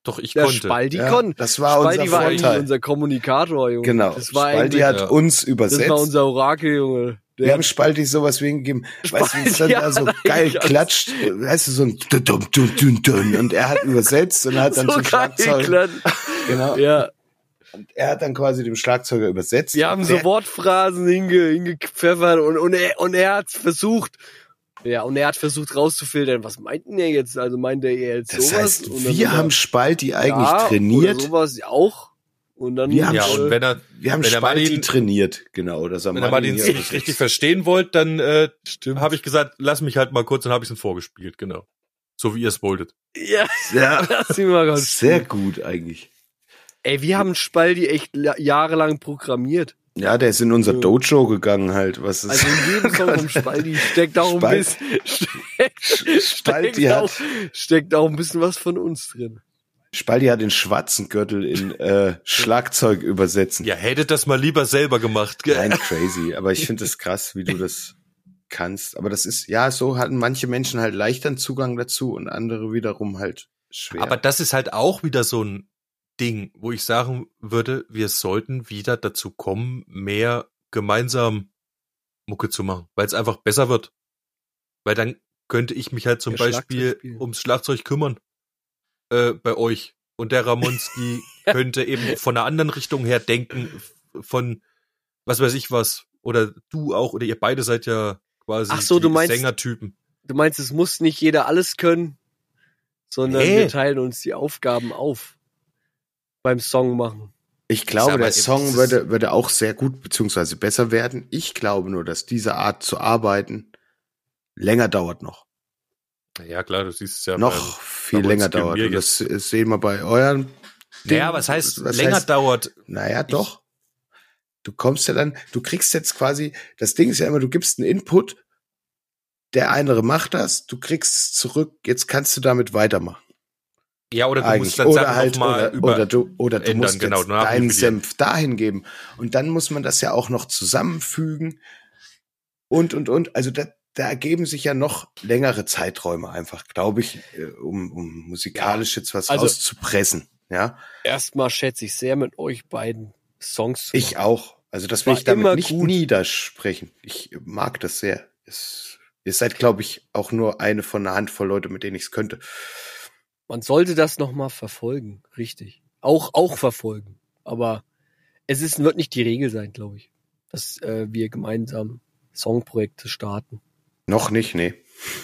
Doch, ich Der konnte. Spaldi Ja, konnte. das war Spaldi unser war eigentlich Vorteil. unser Kommunikator, Junge. Genau. Das war Spaldi eigentlich, hat ja. uns das übersetzt. war unser Orakel, Junge. Der Wir haben Spalti sowas wegen gegeben. Weißt du, wie es dann Ja, da so nein, geil ich- klatscht? Weißt du, so ein dun, dun, dun, dun, dun. Und er hat übersetzt und hat dann so zum geil Schlagzeug. geklappt. Genau. Ja, Und er hat dann quasi dem Schlagzeuger übersetzt. wir haben so Der- Wortphrasen hinge, hingepfeffert und, und er, und er hat versucht, ja, und er hat versucht rauszufiltern, was meint denn er jetzt? Also meint er jetzt Das sowas? heißt, Und dann wir hat er- haben Spalti eigentlich ja, trainiert. Oder sowas ja auch. Und dann, Wir haben Ja, äh, und wenn er, Wir haben wenn er Spalti Martin, trainiert, genau. Dass er wenn er Martin hier nicht übersetzt. richtig verstehen wollt, dann äh, habe ich gesagt, lass mich halt mal kurz, dann habe ich es ihm vorgespielt, genau. So wie ihr es wolltet. ja, Ja, das sind wir ganz sehr gut eigentlich. Ey, wir haben Spaldi echt la- jahrelang programmiert. Ja, der ist in unser Dojo gegangen halt. Was ist Also in jedem Song vom Spaldi steckt auch ein Spal- bisschen, steckt, Spaldi steckt, hat- auch, steckt auch ein bisschen was von uns drin. Spalti hat den schwarzen Gürtel in äh, Schlagzeug übersetzen. Ja, hättet das mal lieber selber gemacht. Gell? Nein, crazy. Aber ich finde es krass, wie du das kannst. Aber das ist, ja, so hatten manche Menschen halt leichteren Zugang dazu und andere wiederum halt schwer. Aber das ist halt auch wieder so ein Ding, wo ich sagen würde, wir sollten wieder dazu kommen, mehr gemeinsam Mucke zu machen, weil es einfach besser wird. Weil dann könnte ich mich halt zum Ja, Beispiel Schlagzeug spielen. ums Schlagzeug kümmern äh, bei euch. Und der Ramonski könnte eben von einer anderen Richtung her denken, f- von was weiß ich was. Oder du auch, oder ihr beide seid ja quasi Ach so, die du meinst- Sängertypen. Du meinst, es muss nicht jeder alles können, sondern Nee. wir teilen uns die Aufgaben auf beim Song machen. ich glaube, sag mal, der Song das ist- würde, würde auch sehr gut beziehungsweise besser werden. Ich glaube nur, dass diese Art zu arbeiten länger dauert noch. Ja klar, du siehst es ja. noch beim- viel bei länger uns geben dauert. wir Und das, das sehen wir bei euren. Naja, Ding. was heißt Was länger heißt- dauert? Naja, doch. Du kommst ja dann, du kriegst jetzt quasi, das Ding ist ja immer, du gibst einen Input, der andere macht das, du kriegst es zurück, jetzt kannst du damit weitermachen. Ja, oder du Eigentlich. musst dann Oder Sachen halt, noch mal oder, über oder du, oder du ändern, musst genau, jetzt nachnivellieren. deinen Senf dahin geben. Und dann muss man das ja auch noch zusammenfügen. Und, und, und. Also da, da ergeben sich ja noch längere Zeiträume einfach, glaube ich, äh, um, um musikalisch jetzt was Also- rauszupressen. Ja, Erstmal schätze ich sehr, mit euch beiden Songs zu ich machen. auch. Also das will War ich damit immer nicht gut. niedersprechen. Ich mag das sehr. Es, ihr seid, glaube ich, auch nur eine von einer Handvoll Leute, mit denen ich es könnte. Man sollte das nochmal verfolgen, richtig. Auch, auch verfolgen. Aber es ist, wird nicht die Regel sein, glaube ich, dass äh, wir gemeinsam Songprojekte starten. Noch nicht, nee.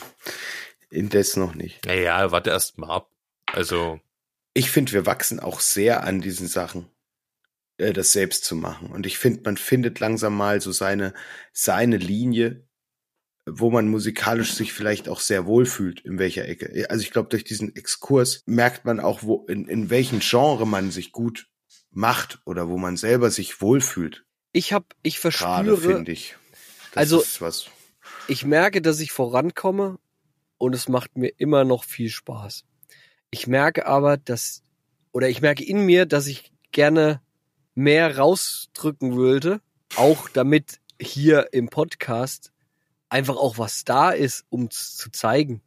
Indes noch nicht. Naja, warte erst mal ab. Also, Ich finde, wir wachsen auch sehr an diesen Sachen, äh, das selbst zu machen. Und ich finde, man findet langsam mal so seine, seine Linie, wo man musikalisch sich vielleicht auch sehr wohl fühlt, in welcher Ecke. Also ich glaube, durch diesen Exkurs merkt man auch, wo, in, in welchem Genre man sich gut macht oder wo man selber sich wohlfühlt. Ich hab, ich Gerade, verspüre, finde ich. Das Also- ist was. ich merke, dass ich vorankomme und es macht mir immer noch viel Spaß. Ich merke aber, dass, oder ich merke in mir, dass ich gerne mehr rausdrücken würde, auch damit hier im Podcast einfach auch was da ist, um es zu zeigen.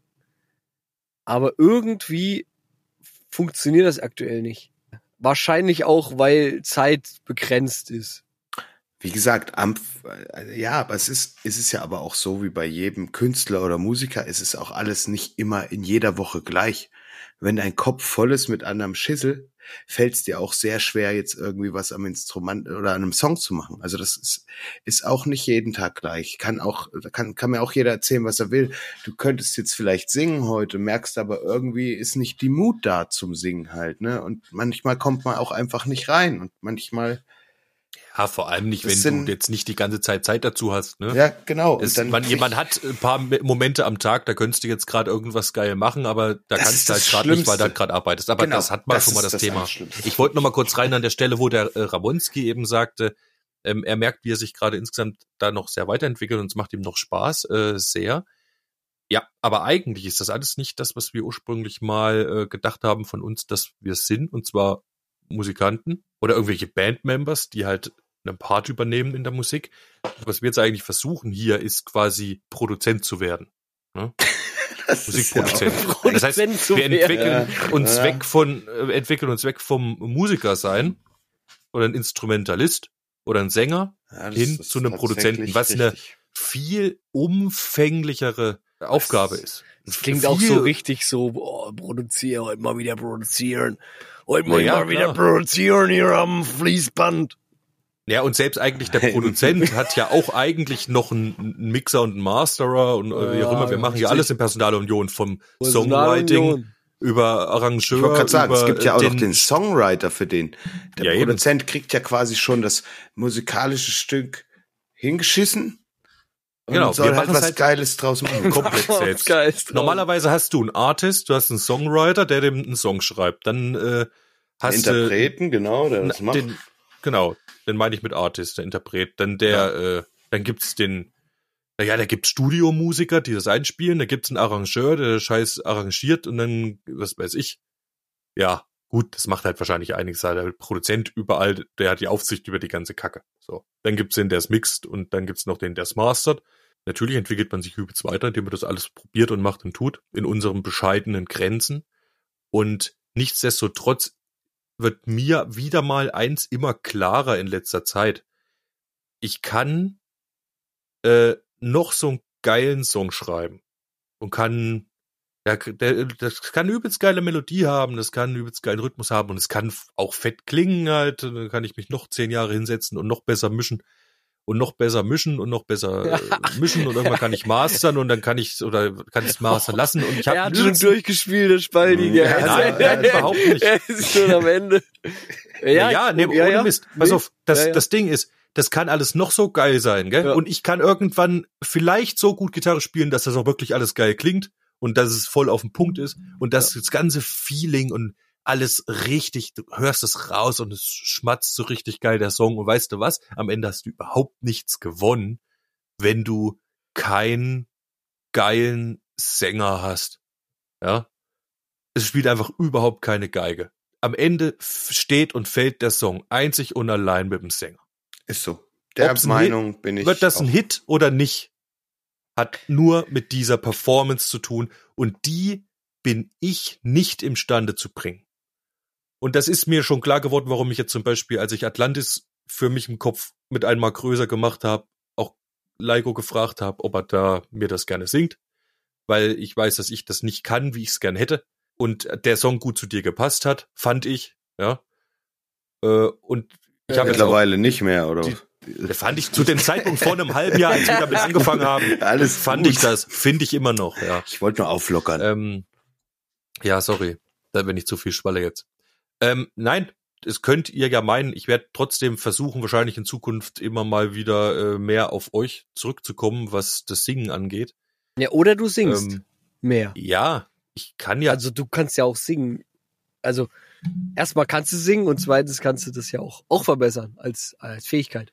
Aber irgendwie funktioniert das aktuell nicht. Wahrscheinlich auch, weil Zeit begrenzt ist. Wie gesagt, am, äh, ja, aber es ist, es ist ja aber auch so wie bei jedem Künstler oder Musiker, es ist auch alles nicht immer in jeder Woche gleich. Wenn dein Kopf voll ist mit anderem Schissel, fällt es dir auch sehr schwer, jetzt irgendwie was am Instrument oder an einem Song zu machen. Also das ist, ist auch nicht jeden Tag gleich. Kann auch, kann, kann mir auch jeder erzählen, was er will. Du könntest jetzt vielleicht singen heute, merkst aber irgendwie ist nicht die Mut da zum Singen halt, ne? Und manchmal kommt man auch einfach nicht rein und manchmal, ja, vor allem nicht, Das wenn sind- du jetzt nicht die ganze Zeit Zeit dazu hast, ne? ja, genau. Es, und dann man, jemand hat ein paar Me- Momente am Tag, da könntest du jetzt gerade irgendwas geil machen, aber da Das kannst ist du halt das gerade nicht, weil du Schlimmste. halt gerade arbeitest. Aber Genau, das hat man das schon mal ist das, das Thema. Allerschlimmste. Ich wollte noch mal kurz rein an der Stelle, wo der äh, Ramonski eben sagte, ähm, er merkt, wie er sich gerade insgesamt da noch sehr weiterentwickelt und es macht ihm noch Spaß, äh, sehr. Ja, aber eigentlich ist das alles nicht das, was wir ursprünglich mal äh, gedacht haben von uns, dass wir sind, und zwar Musikanten oder irgendwelche Bandmembers, die halt einen Part übernehmen in der Musik. Was wir jetzt eigentlich versuchen hier, ist quasi Produzent zu werden. Ne? Das Musikproduzent. ist Ja das heißt, Produzent zu wir entwickeln werden. uns Ja. weg von, äh, entwickeln uns weg vom Musiker sein oder ein Instrumentalist oder ein Sänger Ja, das hin ist zu einem Produzenten, tatsächlich was eine richtig. viel umfänglichere Aufgabe ist. Das klingt Viel- auch so richtig so, boah, produzieren, heute mal wieder produzieren. Heute mal, Ja, mal wieder klar. produzieren hier am Fließband. Ja, und selbst eigentlich der Produzent hat ja auch eigentlich noch einen, einen Mixer und einen Masterer und äh, wie auch Ja, immer. Wir machen ja richtig. alles in Personalunion, vom Personalunion. Songwriting über Arrangeur. Ich wollte gerade sagen, über es gibt ja auch den, noch den Songwriter für den. Der Ja, eben. Produzent kriegt ja quasi schon das musikalische Stück hingeschissen. Und Genau, soll wir halt machen's was halt Geiles draus machen. komplett selbst. Geist. Normalerweise hast du einen Artist, du hast einen Songwriter, der dem einen Song schreibt. Dann äh, hast du Interpreten, genau, der das Na, macht. Den, genau, den meine ich mit Artist, der Interpret. Dann der, äh, dann gibt's den, naja, da gibt's Studiomusiker, die das einspielen, da gibt's einen Arrangeur, der das Scheiß arrangiert und dann, was weiß ich. Ja, gut, das macht halt wahrscheinlich einiges, der Produzent überall, der hat die Aufsicht über die ganze Kacke. So. Dann gibt's den, der es mixt und dann gibt's noch den, der es mastert. Natürlich entwickelt man sich übelst weiter, indem man das alles probiert und macht und tut, in unseren bescheidenen Grenzen. Und nichtsdestotrotz wird mir wieder mal eins immer klarer in letzter Zeit. Ich kann äh, noch so einen geilen Song schreiben und kann, ja, der, das kann eine übelst geile Melodie haben, das kann einen übelst geilen Rhythmus haben und es kann auch fett klingen halt, dann kann ich mich noch zehn Jahre hinsetzen und noch besser mischen und noch besser mischen und noch besser äh, mischen und irgendwann kann ich mastern und dann kann ich oder kann ich es mastern lassen und ich Er habe hat schon durchgespielt, der Spaldiger. Ja, nein, nein, überhaupt nicht. Er ist schon am Ende. Ja, ja, nee, ja, ohne ja. Mist. Pass Nee. auf, das, Ja, ja. das Ding ist, das kann alles noch so geil sein, gell? Ja. Und ich kann irgendwann vielleicht so gut Gitarre spielen, dass das auch wirklich alles geil klingt und dass es voll auf den Punkt ist und dass das ganze Feeling und alles richtig, du hörst es raus und es schmatzt so richtig geil, der Song. Und weißt du was? Am Ende hast du überhaupt nichts gewonnen, wenn du keinen geilen Sänger hast. Ja? Es spielt einfach überhaupt keine Geige. Am Ende f- steht und fällt der Song einzig und allein mit dem Sänger. Ist so. Der Ob's ein Meinung bin ich. Wird das ein auch. Hit oder nicht, hat nur mit dieser Performance zu tun und die bin ich nicht imstande zu bringen. Und das ist mir schon klar geworden, warum ich jetzt zum Beispiel, als ich Atlantis für mich im Kopf mit einmal größer gemacht habe, auch Laiko gefragt habe, ob er da mir das gerne singt, weil ich weiß, dass ich das nicht kann, wie ich es gern hätte. Und der Song gut zu dir gepasst hat, fand ich, ja. Äh, und ich habe jetzt auch, Mittlerweile nicht mehr, oder? Die- das fand ich zu dem Zeitpunkt vor einem halben Jahr, als wir damit angefangen haben, Alles fand gut. ich das, finde ich immer noch, ja. Ich wollte nur auflockern. Ähm, ja, sorry, da bin ich zu viel schwalle jetzt. Ähm, nein, es könnt ihr ja meinen, ich werde trotzdem versuchen, wahrscheinlich in Zukunft immer mal wieder äh, mehr auf euch zurückzukommen, was das Singen angeht. Ja, oder du singst Ähm, mehr. Ja, ich kann ja, Also du kannst ja auch singen. Also erstmal kannst du singen und zweitens kannst du das ja auch, auch verbessern als, als Fähigkeit.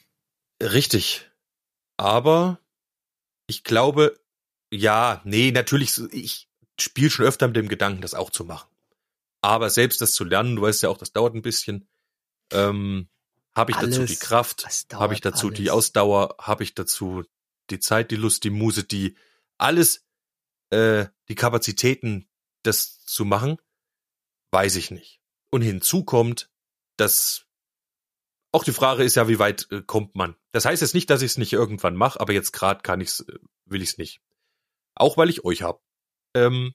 richtig. Aber ich glaube, ja, nee, natürlich, so- ich spiele schon öfter mit dem Gedanken, das auch zu machen. Aber selbst das zu lernen, du weißt ja auch, das dauert ein bisschen. Ähm, habe ich dazu Alles, die Kraft? das dauert Habe ich dazu die alles. Ausdauer? Habe ich dazu die Zeit, die Lust, die Muse, die alles, äh, die Kapazitäten, das zu machen? Weiß ich nicht. Und hinzu kommt, dass auch die Frage ist ja, wie weit äh, kommt man? Das heißt jetzt nicht, dass ich es nicht irgendwann mache, aber jetzt gerade kann ich's, äh, will ich es nicht. Auch weil ich euch hab. Ähm,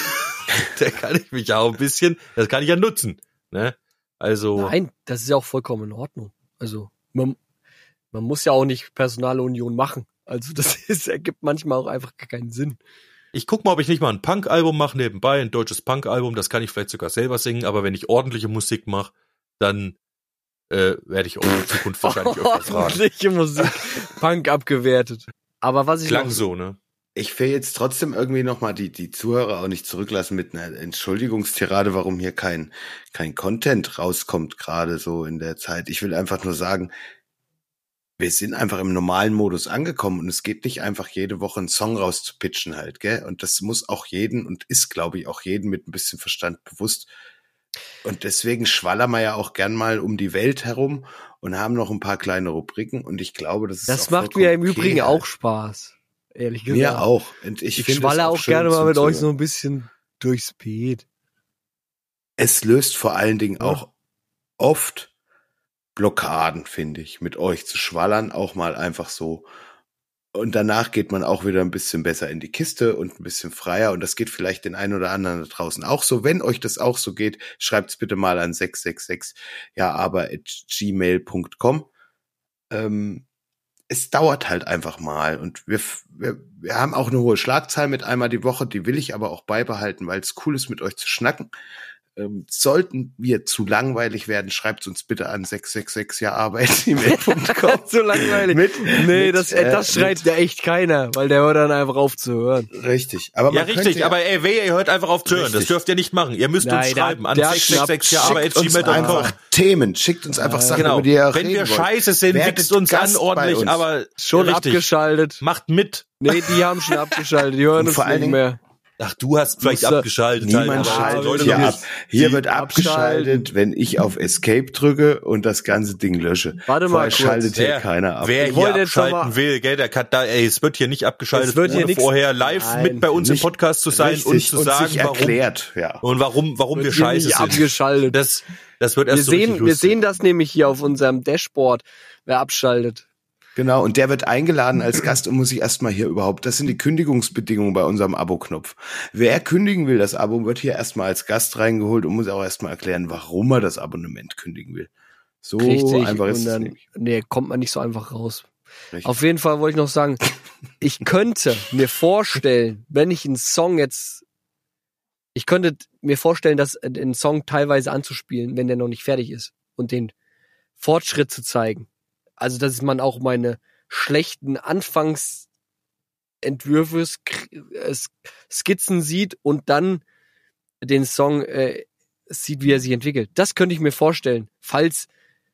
da kann ich mich ja auch ein bisschen, das kann ich ja nutzen. Ne? Also, Nein, das ist ja auch vollkommen in Ordnung. Also man, man muss ja auch nicht Personalunion machen. Also das ist, ergibt manchmal auch einfach gar keinen Sinn. ich guck mal, ob ich nicht mal ein Punk-Album mache nebenbei, ein deutsches Punk-Album, das kann ich vielleicht sogar selber singen, aber wenn ich ordentliche Musik mache, dann äh, werde ich auch in Zukunft wahrscheinlich öfter fragen. Ordentliche Musik, Punk abgewertet. Aber was ich Klang noch, so, ne? Ich will jetzt trotzdem irgendwie nochmal die, die Zuhörer auch nicht zurücklassen mit einer Entschuldigungstirade, warum hier kein, kein Content rauskommt, gerade so in der Zeit. Ich will einfach nur sagen, wir sind einfach im normalen Modus angekommen und es geht nicht einfach jede Woche einen Song rauszupitchen halt, gell? Und das muss auch jeden und ist, glaube ich, auch jeden mit ein bisschen Verstand bewusst. Und deswegen schwallern wir ja auch gern mal um die Welt herum und haben noch ein paar kleine Rubriken und ich glaube, das ist das auch macht mir im vollkommen okay Übrigen halt. auch Spaß. ehrlich gesagt. Mir auch. Und ich Ich finde es schwalle auch schön gerne mal mit zuzuhören. euch so ein bisschen durchs Beet. Es löst vor allen Dingen Ja. auch oft Blockaden, finde ich, mit euch zu schwallern, auch mal einfach so. Und danach geht man auch wieder ein bisschen besser in die Kiste und ein bisschen freier. Und das geht vielleicht den einen oder anderen da draußen auch so. Wenn euch das auch so geht, schreibt's bitte mal an sechs sechs sechs ja aber at gmail punkt com. Ähm, es dauert halt einfach mal. Und wir, wir, wir haben auch eine hohe Schlagzahl mit einmal die Woche. Die will ich aber auch beibehalten, weil es cool ist, mit euch zu schnacken. Ähm, sollten wir zu langweilig werden, schreibt uns bitte an sechs sechs sechs ja aber at gmail punkt com. So langweilig. Mit, nee, mit, das, äh, das äh, schreibt ja echt keiner, weil der hört dann einfach auf zu hören. Richtig. Aber Ja, man richtig, könnte ja- aber ey, wer, ihr hört einfach auf zu hören. Das Richtig. dürft ihr nicht machen. Ihr müsst uns Nein, der- schreiben an der hat sechs sechs sechs ja aber at schickt uns gmail punkt com. einfach Themen, schickt uns einfach Sachen, Genau. über die ihr Wenn reden wir wollt. scheiße sind, Werdet wichst uns Gast an ordentlich, bei uns. aber Schon richtig. abgeschaltet. Macht mit. Nee, die haben schon abgeschaltet. Die hören Und uns vor allen nicht Dingen- mehr. Ach, du hast vielleicht Muss, äh, abgeschaltet. Niemand aber schaltet Leute, hier die- ab. Hier die wird abgeschaltet, abschalten. wenn ich auf Escape drücke und das ganze Ding lösche. Warte mal Vorher kurz. schaltet hier Wer, keiner ab. wer Ich hier wollte jetzt noch abschalten mal- will, gell, der kann da, ey, es wird hier nicht abgeschaltet, Es wird hier ohne nix- vorher live Nein, mit bei uns im Nicht Podcast zu sein und richtig zu sagen, sich warum, erklärt, ja. und warum, warum wir Wird hier scheiße nicht sind. abgeschaltet. Das, das wird erst Wir so richtig sehen, wir lustig. sehen das nämlich hier auf unserem Dashboard, wer abschaltet. Genau, und der wird eingeladen als Gast und muss sich erstmal hier überhaupt, das sind die Kündigungsbedingungen bei unserem Abo-Knopf. Wer kündigen will, das Abo, wird hier erstmal als Gast reingeholt und muss auch erstmal erklären, warum er das Abonnement kündigen will. So Richtig. einfach ist Und es dann, nämlich. nee, kommt man nicht so einfach raus. Richtig. Auf jeden Fall wollte ich noch sagen, ich könnte mir vorstellen, wenn ich einen Song jetzt, ich könnte mir vorstellen, dass einen Song teilweise anzuspielen, wenn der noch nicht fertig ist und den Fortschritt zu zeigen. Also, dass man auch meine schlechten Anfangsentwürfe, Sk- äh, Sk- Skizzen sieht und dann den Song äh, sieht, wie er sich entwickelt. Das könnte ich mir vorstellen, falls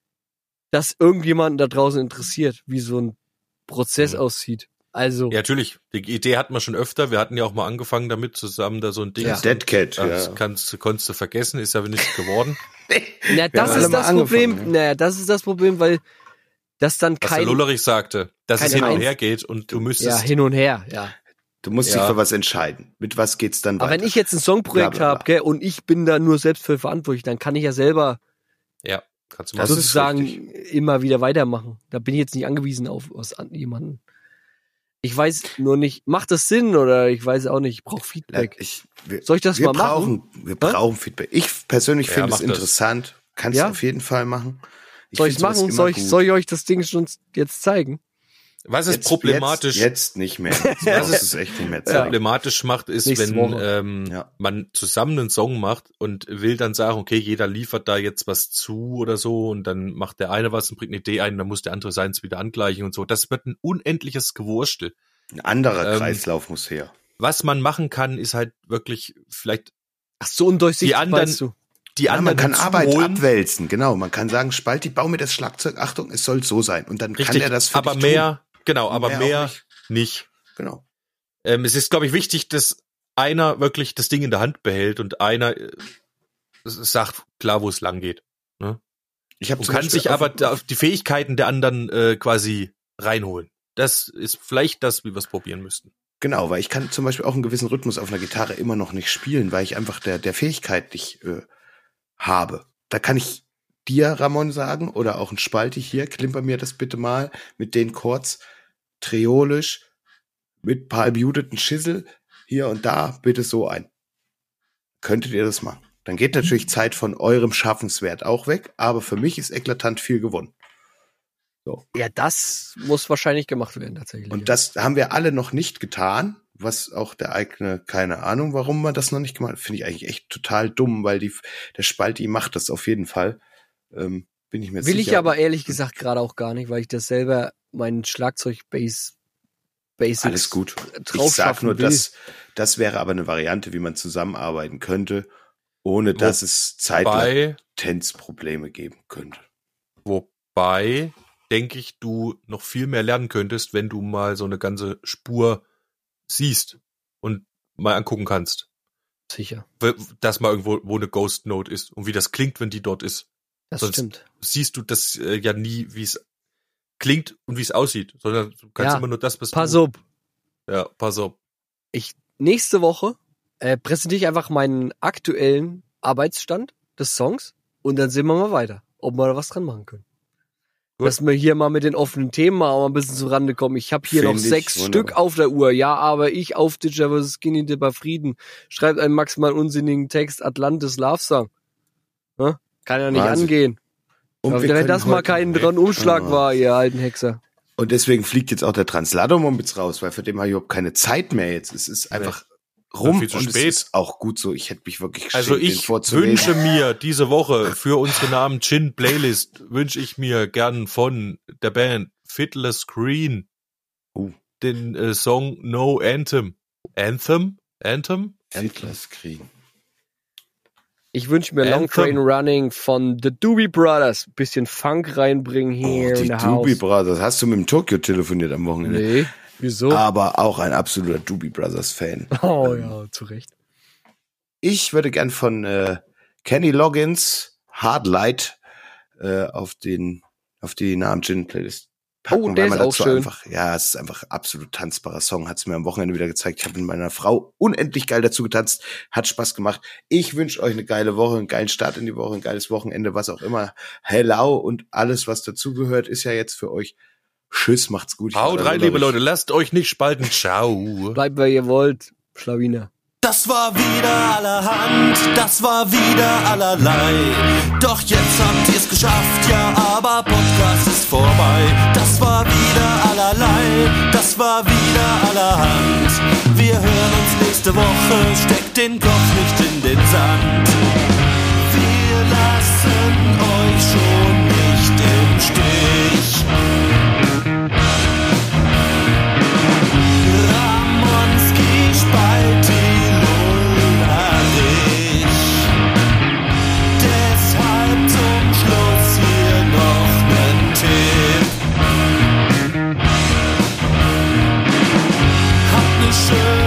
das irgendjemanden da draußen interessiert, wie so ein Prozess Mhm. aussieht. Also, Ja, natürlich. Die Idee hatten wir schon öfter. Wir hatten ja auch mal angefangen damit zusammen, da so ein Ding. Ja. Dead Cat, Ach, ja. Das kannst, du- konntest du vergessen, ist ja nichts geworden. na, das haben alle ist mal das Problem. angefangen, ne? Naja, das ist das Problem, weil das dann Was der kein Lullerich sagte, dass es keine hin und Eins- her geht und du ja, müsstest. hin und her, ja. Du musst Ja. dich für was entscheiden. Mit was geht's dann Aber weiter? wenn ich jetzt ein Songprojekt Bla, bla, bla. habe, gell, und ich bin da nur selbst für verantwortlich, dann kann ich ja selber Ja, kannst du Das machen. ist sozusagen richtig. immer wieder weitermachen. Da bin ich jetzt nicht angewiesen auf was an jemanden. Ich weiß nur nicht, macht das Sinn oder ich weiß auch nicht, ich brauche Ja, Feedback. ich, wir, Soll ich das wir mal brauchen, machen? Wir brauchen Feedback. Ich persönlich Ja, finde mach es das. interessant. Kannst Ja? du auf jeden Fall machen. Ich Soll ich find sowas machen? immer Soll ich, gut. soll ich euch das Ding schon jetzt zeigen? Was ist Jetzt- problematisch, Jetzt, jetzt nicht mehr. Jetzt Ja. brauchst du es echt nicht mehr Ja. zeigen. problematisch macht, ist, Nächste wenn Woche. ähm, Ja. man zusammen einen Song macht und will dann sagen, okay, jeder liefert da jetzt was zu oder so und dann macht der eine was und bringt eine Idee ein, dann muss der andere seins wieder angleichen und so. Das wird ein unendliches Gewurstel. Ein anderer Ähm, Kreislauf muss her. Was man machen kann, ist halt wirklich vielleicht Ach so undurchsichtig, Die anderen- meinst du? die Ja, man anderen kann Arbeit hinzuholen. abwälzen, genau. Man kann sagen, Spalti, bau mir das Schlagzeug, Achtung, es soll so sein. Und dann kann Richtig, er das für aber dich mehr, genau, tun. aber Mehr mehr, auch nicht. nicht. Genau. Ähm, es ist, glaube ich, wichtig, dass einer wirklich das Ding in der Hand behält und einer äh, sagt klar, wo es lang geht. Ich habe Und kann sich aber da auf die Fähigkeiten der anderen äh, quasi reinholen. Das ist vielleicht das, wie wir es probieren müssten. Genau, weil ich kann zum Beispiel auch einen gewissen Rhythmus auf einer Gitarre immer noch nicht spielen, weil ich einfach der, der Fähigkeit nicht äh, habe. Da kann ich dir, Ramon, sagen, oder auch ein Spalti hier, klimper mir das bitte mal mit den Chords triolisch, mit paar muteten Schissel hier und da, bitte so ein. Könntet ihr das machen? Dann geht natürlich Zeit von eurem Schaffenswert auch weg, aber für mich ist eklatant viel gewonnen. Ja, das muss wahrscheinlich gemacht werden, tatsächlich. Und das haben wir alle noch nicht getan, was auch der eigene, keine Ahnung, warum man das noch nicht gemacht hat, finde ich eigentlich echt total dumm, weil die, der Spalti macht das auf jeden Fall. Ähm, bin ich mir Will sicher. ich aber ehrlich gesagt gerade auch gar nicht, weil ich das selber meinen Schlagzeug-Bass Basics Alles gut. drauf Ich sag schaffen nur, will. das, das wäre aber eine Variante, wie man zusammenarbeiten könnte, ohne dass es Bei, Zeitlatenzprobleme geben könnte. wobei, denke ich, du noch viel mehr lernen könntest, wenn du mal so eine ganze Spur siehst und mal angucken kannst. Sicher, W- Dass mal irgendwo wo eine Ghost Note ist und wie das klingt, wenn die dort ist. das Sonst- stimmt. Siehst du das äh, ja nie, wie es klingt und wie es aussieht, sondern du kannst Ja, immer nur das, was Pass du... auf, Ja, pass auf. Ich nächste Woche äh, präsentiere ich einfach meinen aktuellen Arbeitsstand des Songs und dann sehen wir mal weiter, ob wir da was dran machen können. Gut. Dass wir hier mal mit den offenen Themen mal auch ein bisschen zu Rande kommen. Ich habe hier Find noch ich sechs wunderbar. Stück auf der Uhr. Ja, aber ich auf Ditcher versus Skinny Dipper Frieden. Schreibt einen maximal unsinnigen Text Atlantis Love Song. Hm? Kann ja nicht Wahnsinn. angehen. Und Aber wir wenn können das mal heute- kein dran Umschlag Ah. war, ihr alten Hexer. Und deswegen fliegt jetzt auch der Translator-Mumpitz raus, weil für den habe ich überhaupt keine Zeit mehr jetzt. Es ist einfach rum viel zu und spät. es ist auch gut so. Ich hätte mich wirklich geschämt, Also den ich vorzulesen. wünsche mir diese Woche für unsere Namen Gin Playlist wünsche ich mir gern von der Band Fiddler's Green Uh. den äh, Song No Anthem. Anthem? Anthem? Endless kriegen. Ich wünsche mir Long Anthem. Train Running von The Doobie Brothers. Bisschen Funk reinbringen Oh, hier die in der Doobie House. Brothers. Hast du mit dem Tokyo telefoniert am Wochenende? Nee, wieso? Aber auch ein absoluter Doobie Brothers Fan. Oh ja, zu Recht. Ich würde gern von äh, Kenny Loggins Hard Light äh, auf den auf die Namen Gin Playlist packen, Oh, der weil man ist auch dazu schön. einfach, ja, es ist einfach absolut tanzbarer Song, hat es mir am Wochenende wieder gezeigt. Ich habe mit meiner Frau unendlich geil dazu getanzt, hat Spaß gemacht. Ich wünsche euch eine geile Woche, einen geilen Start in die Woche, ein geiles Wochenende, was auch immer. Hello und alles, was dazugehört, ist ja jetzt für euch. Tschüss, macht's gut. Haut rein, liebe Leute, lasst euch nicht spalten. Ciao. Bleibt, wer ihr wollt. Schlawiner. Das war wieder allerhand, das war wieder allerlei. Doch jetzt habt ihr's geschafft, ja, aber Podcast ist vorbei. Das war wieder allerlei, das war wieder allerhand. Wir hören uns nächste Woche, steckt den Kopf nicht in den Sand. Wir lassen euch schon nicht im Stich. Ramonski spalt die Lullnerich. Deshalb zum Schluss hier noch nen Tipp. Habt ne schöne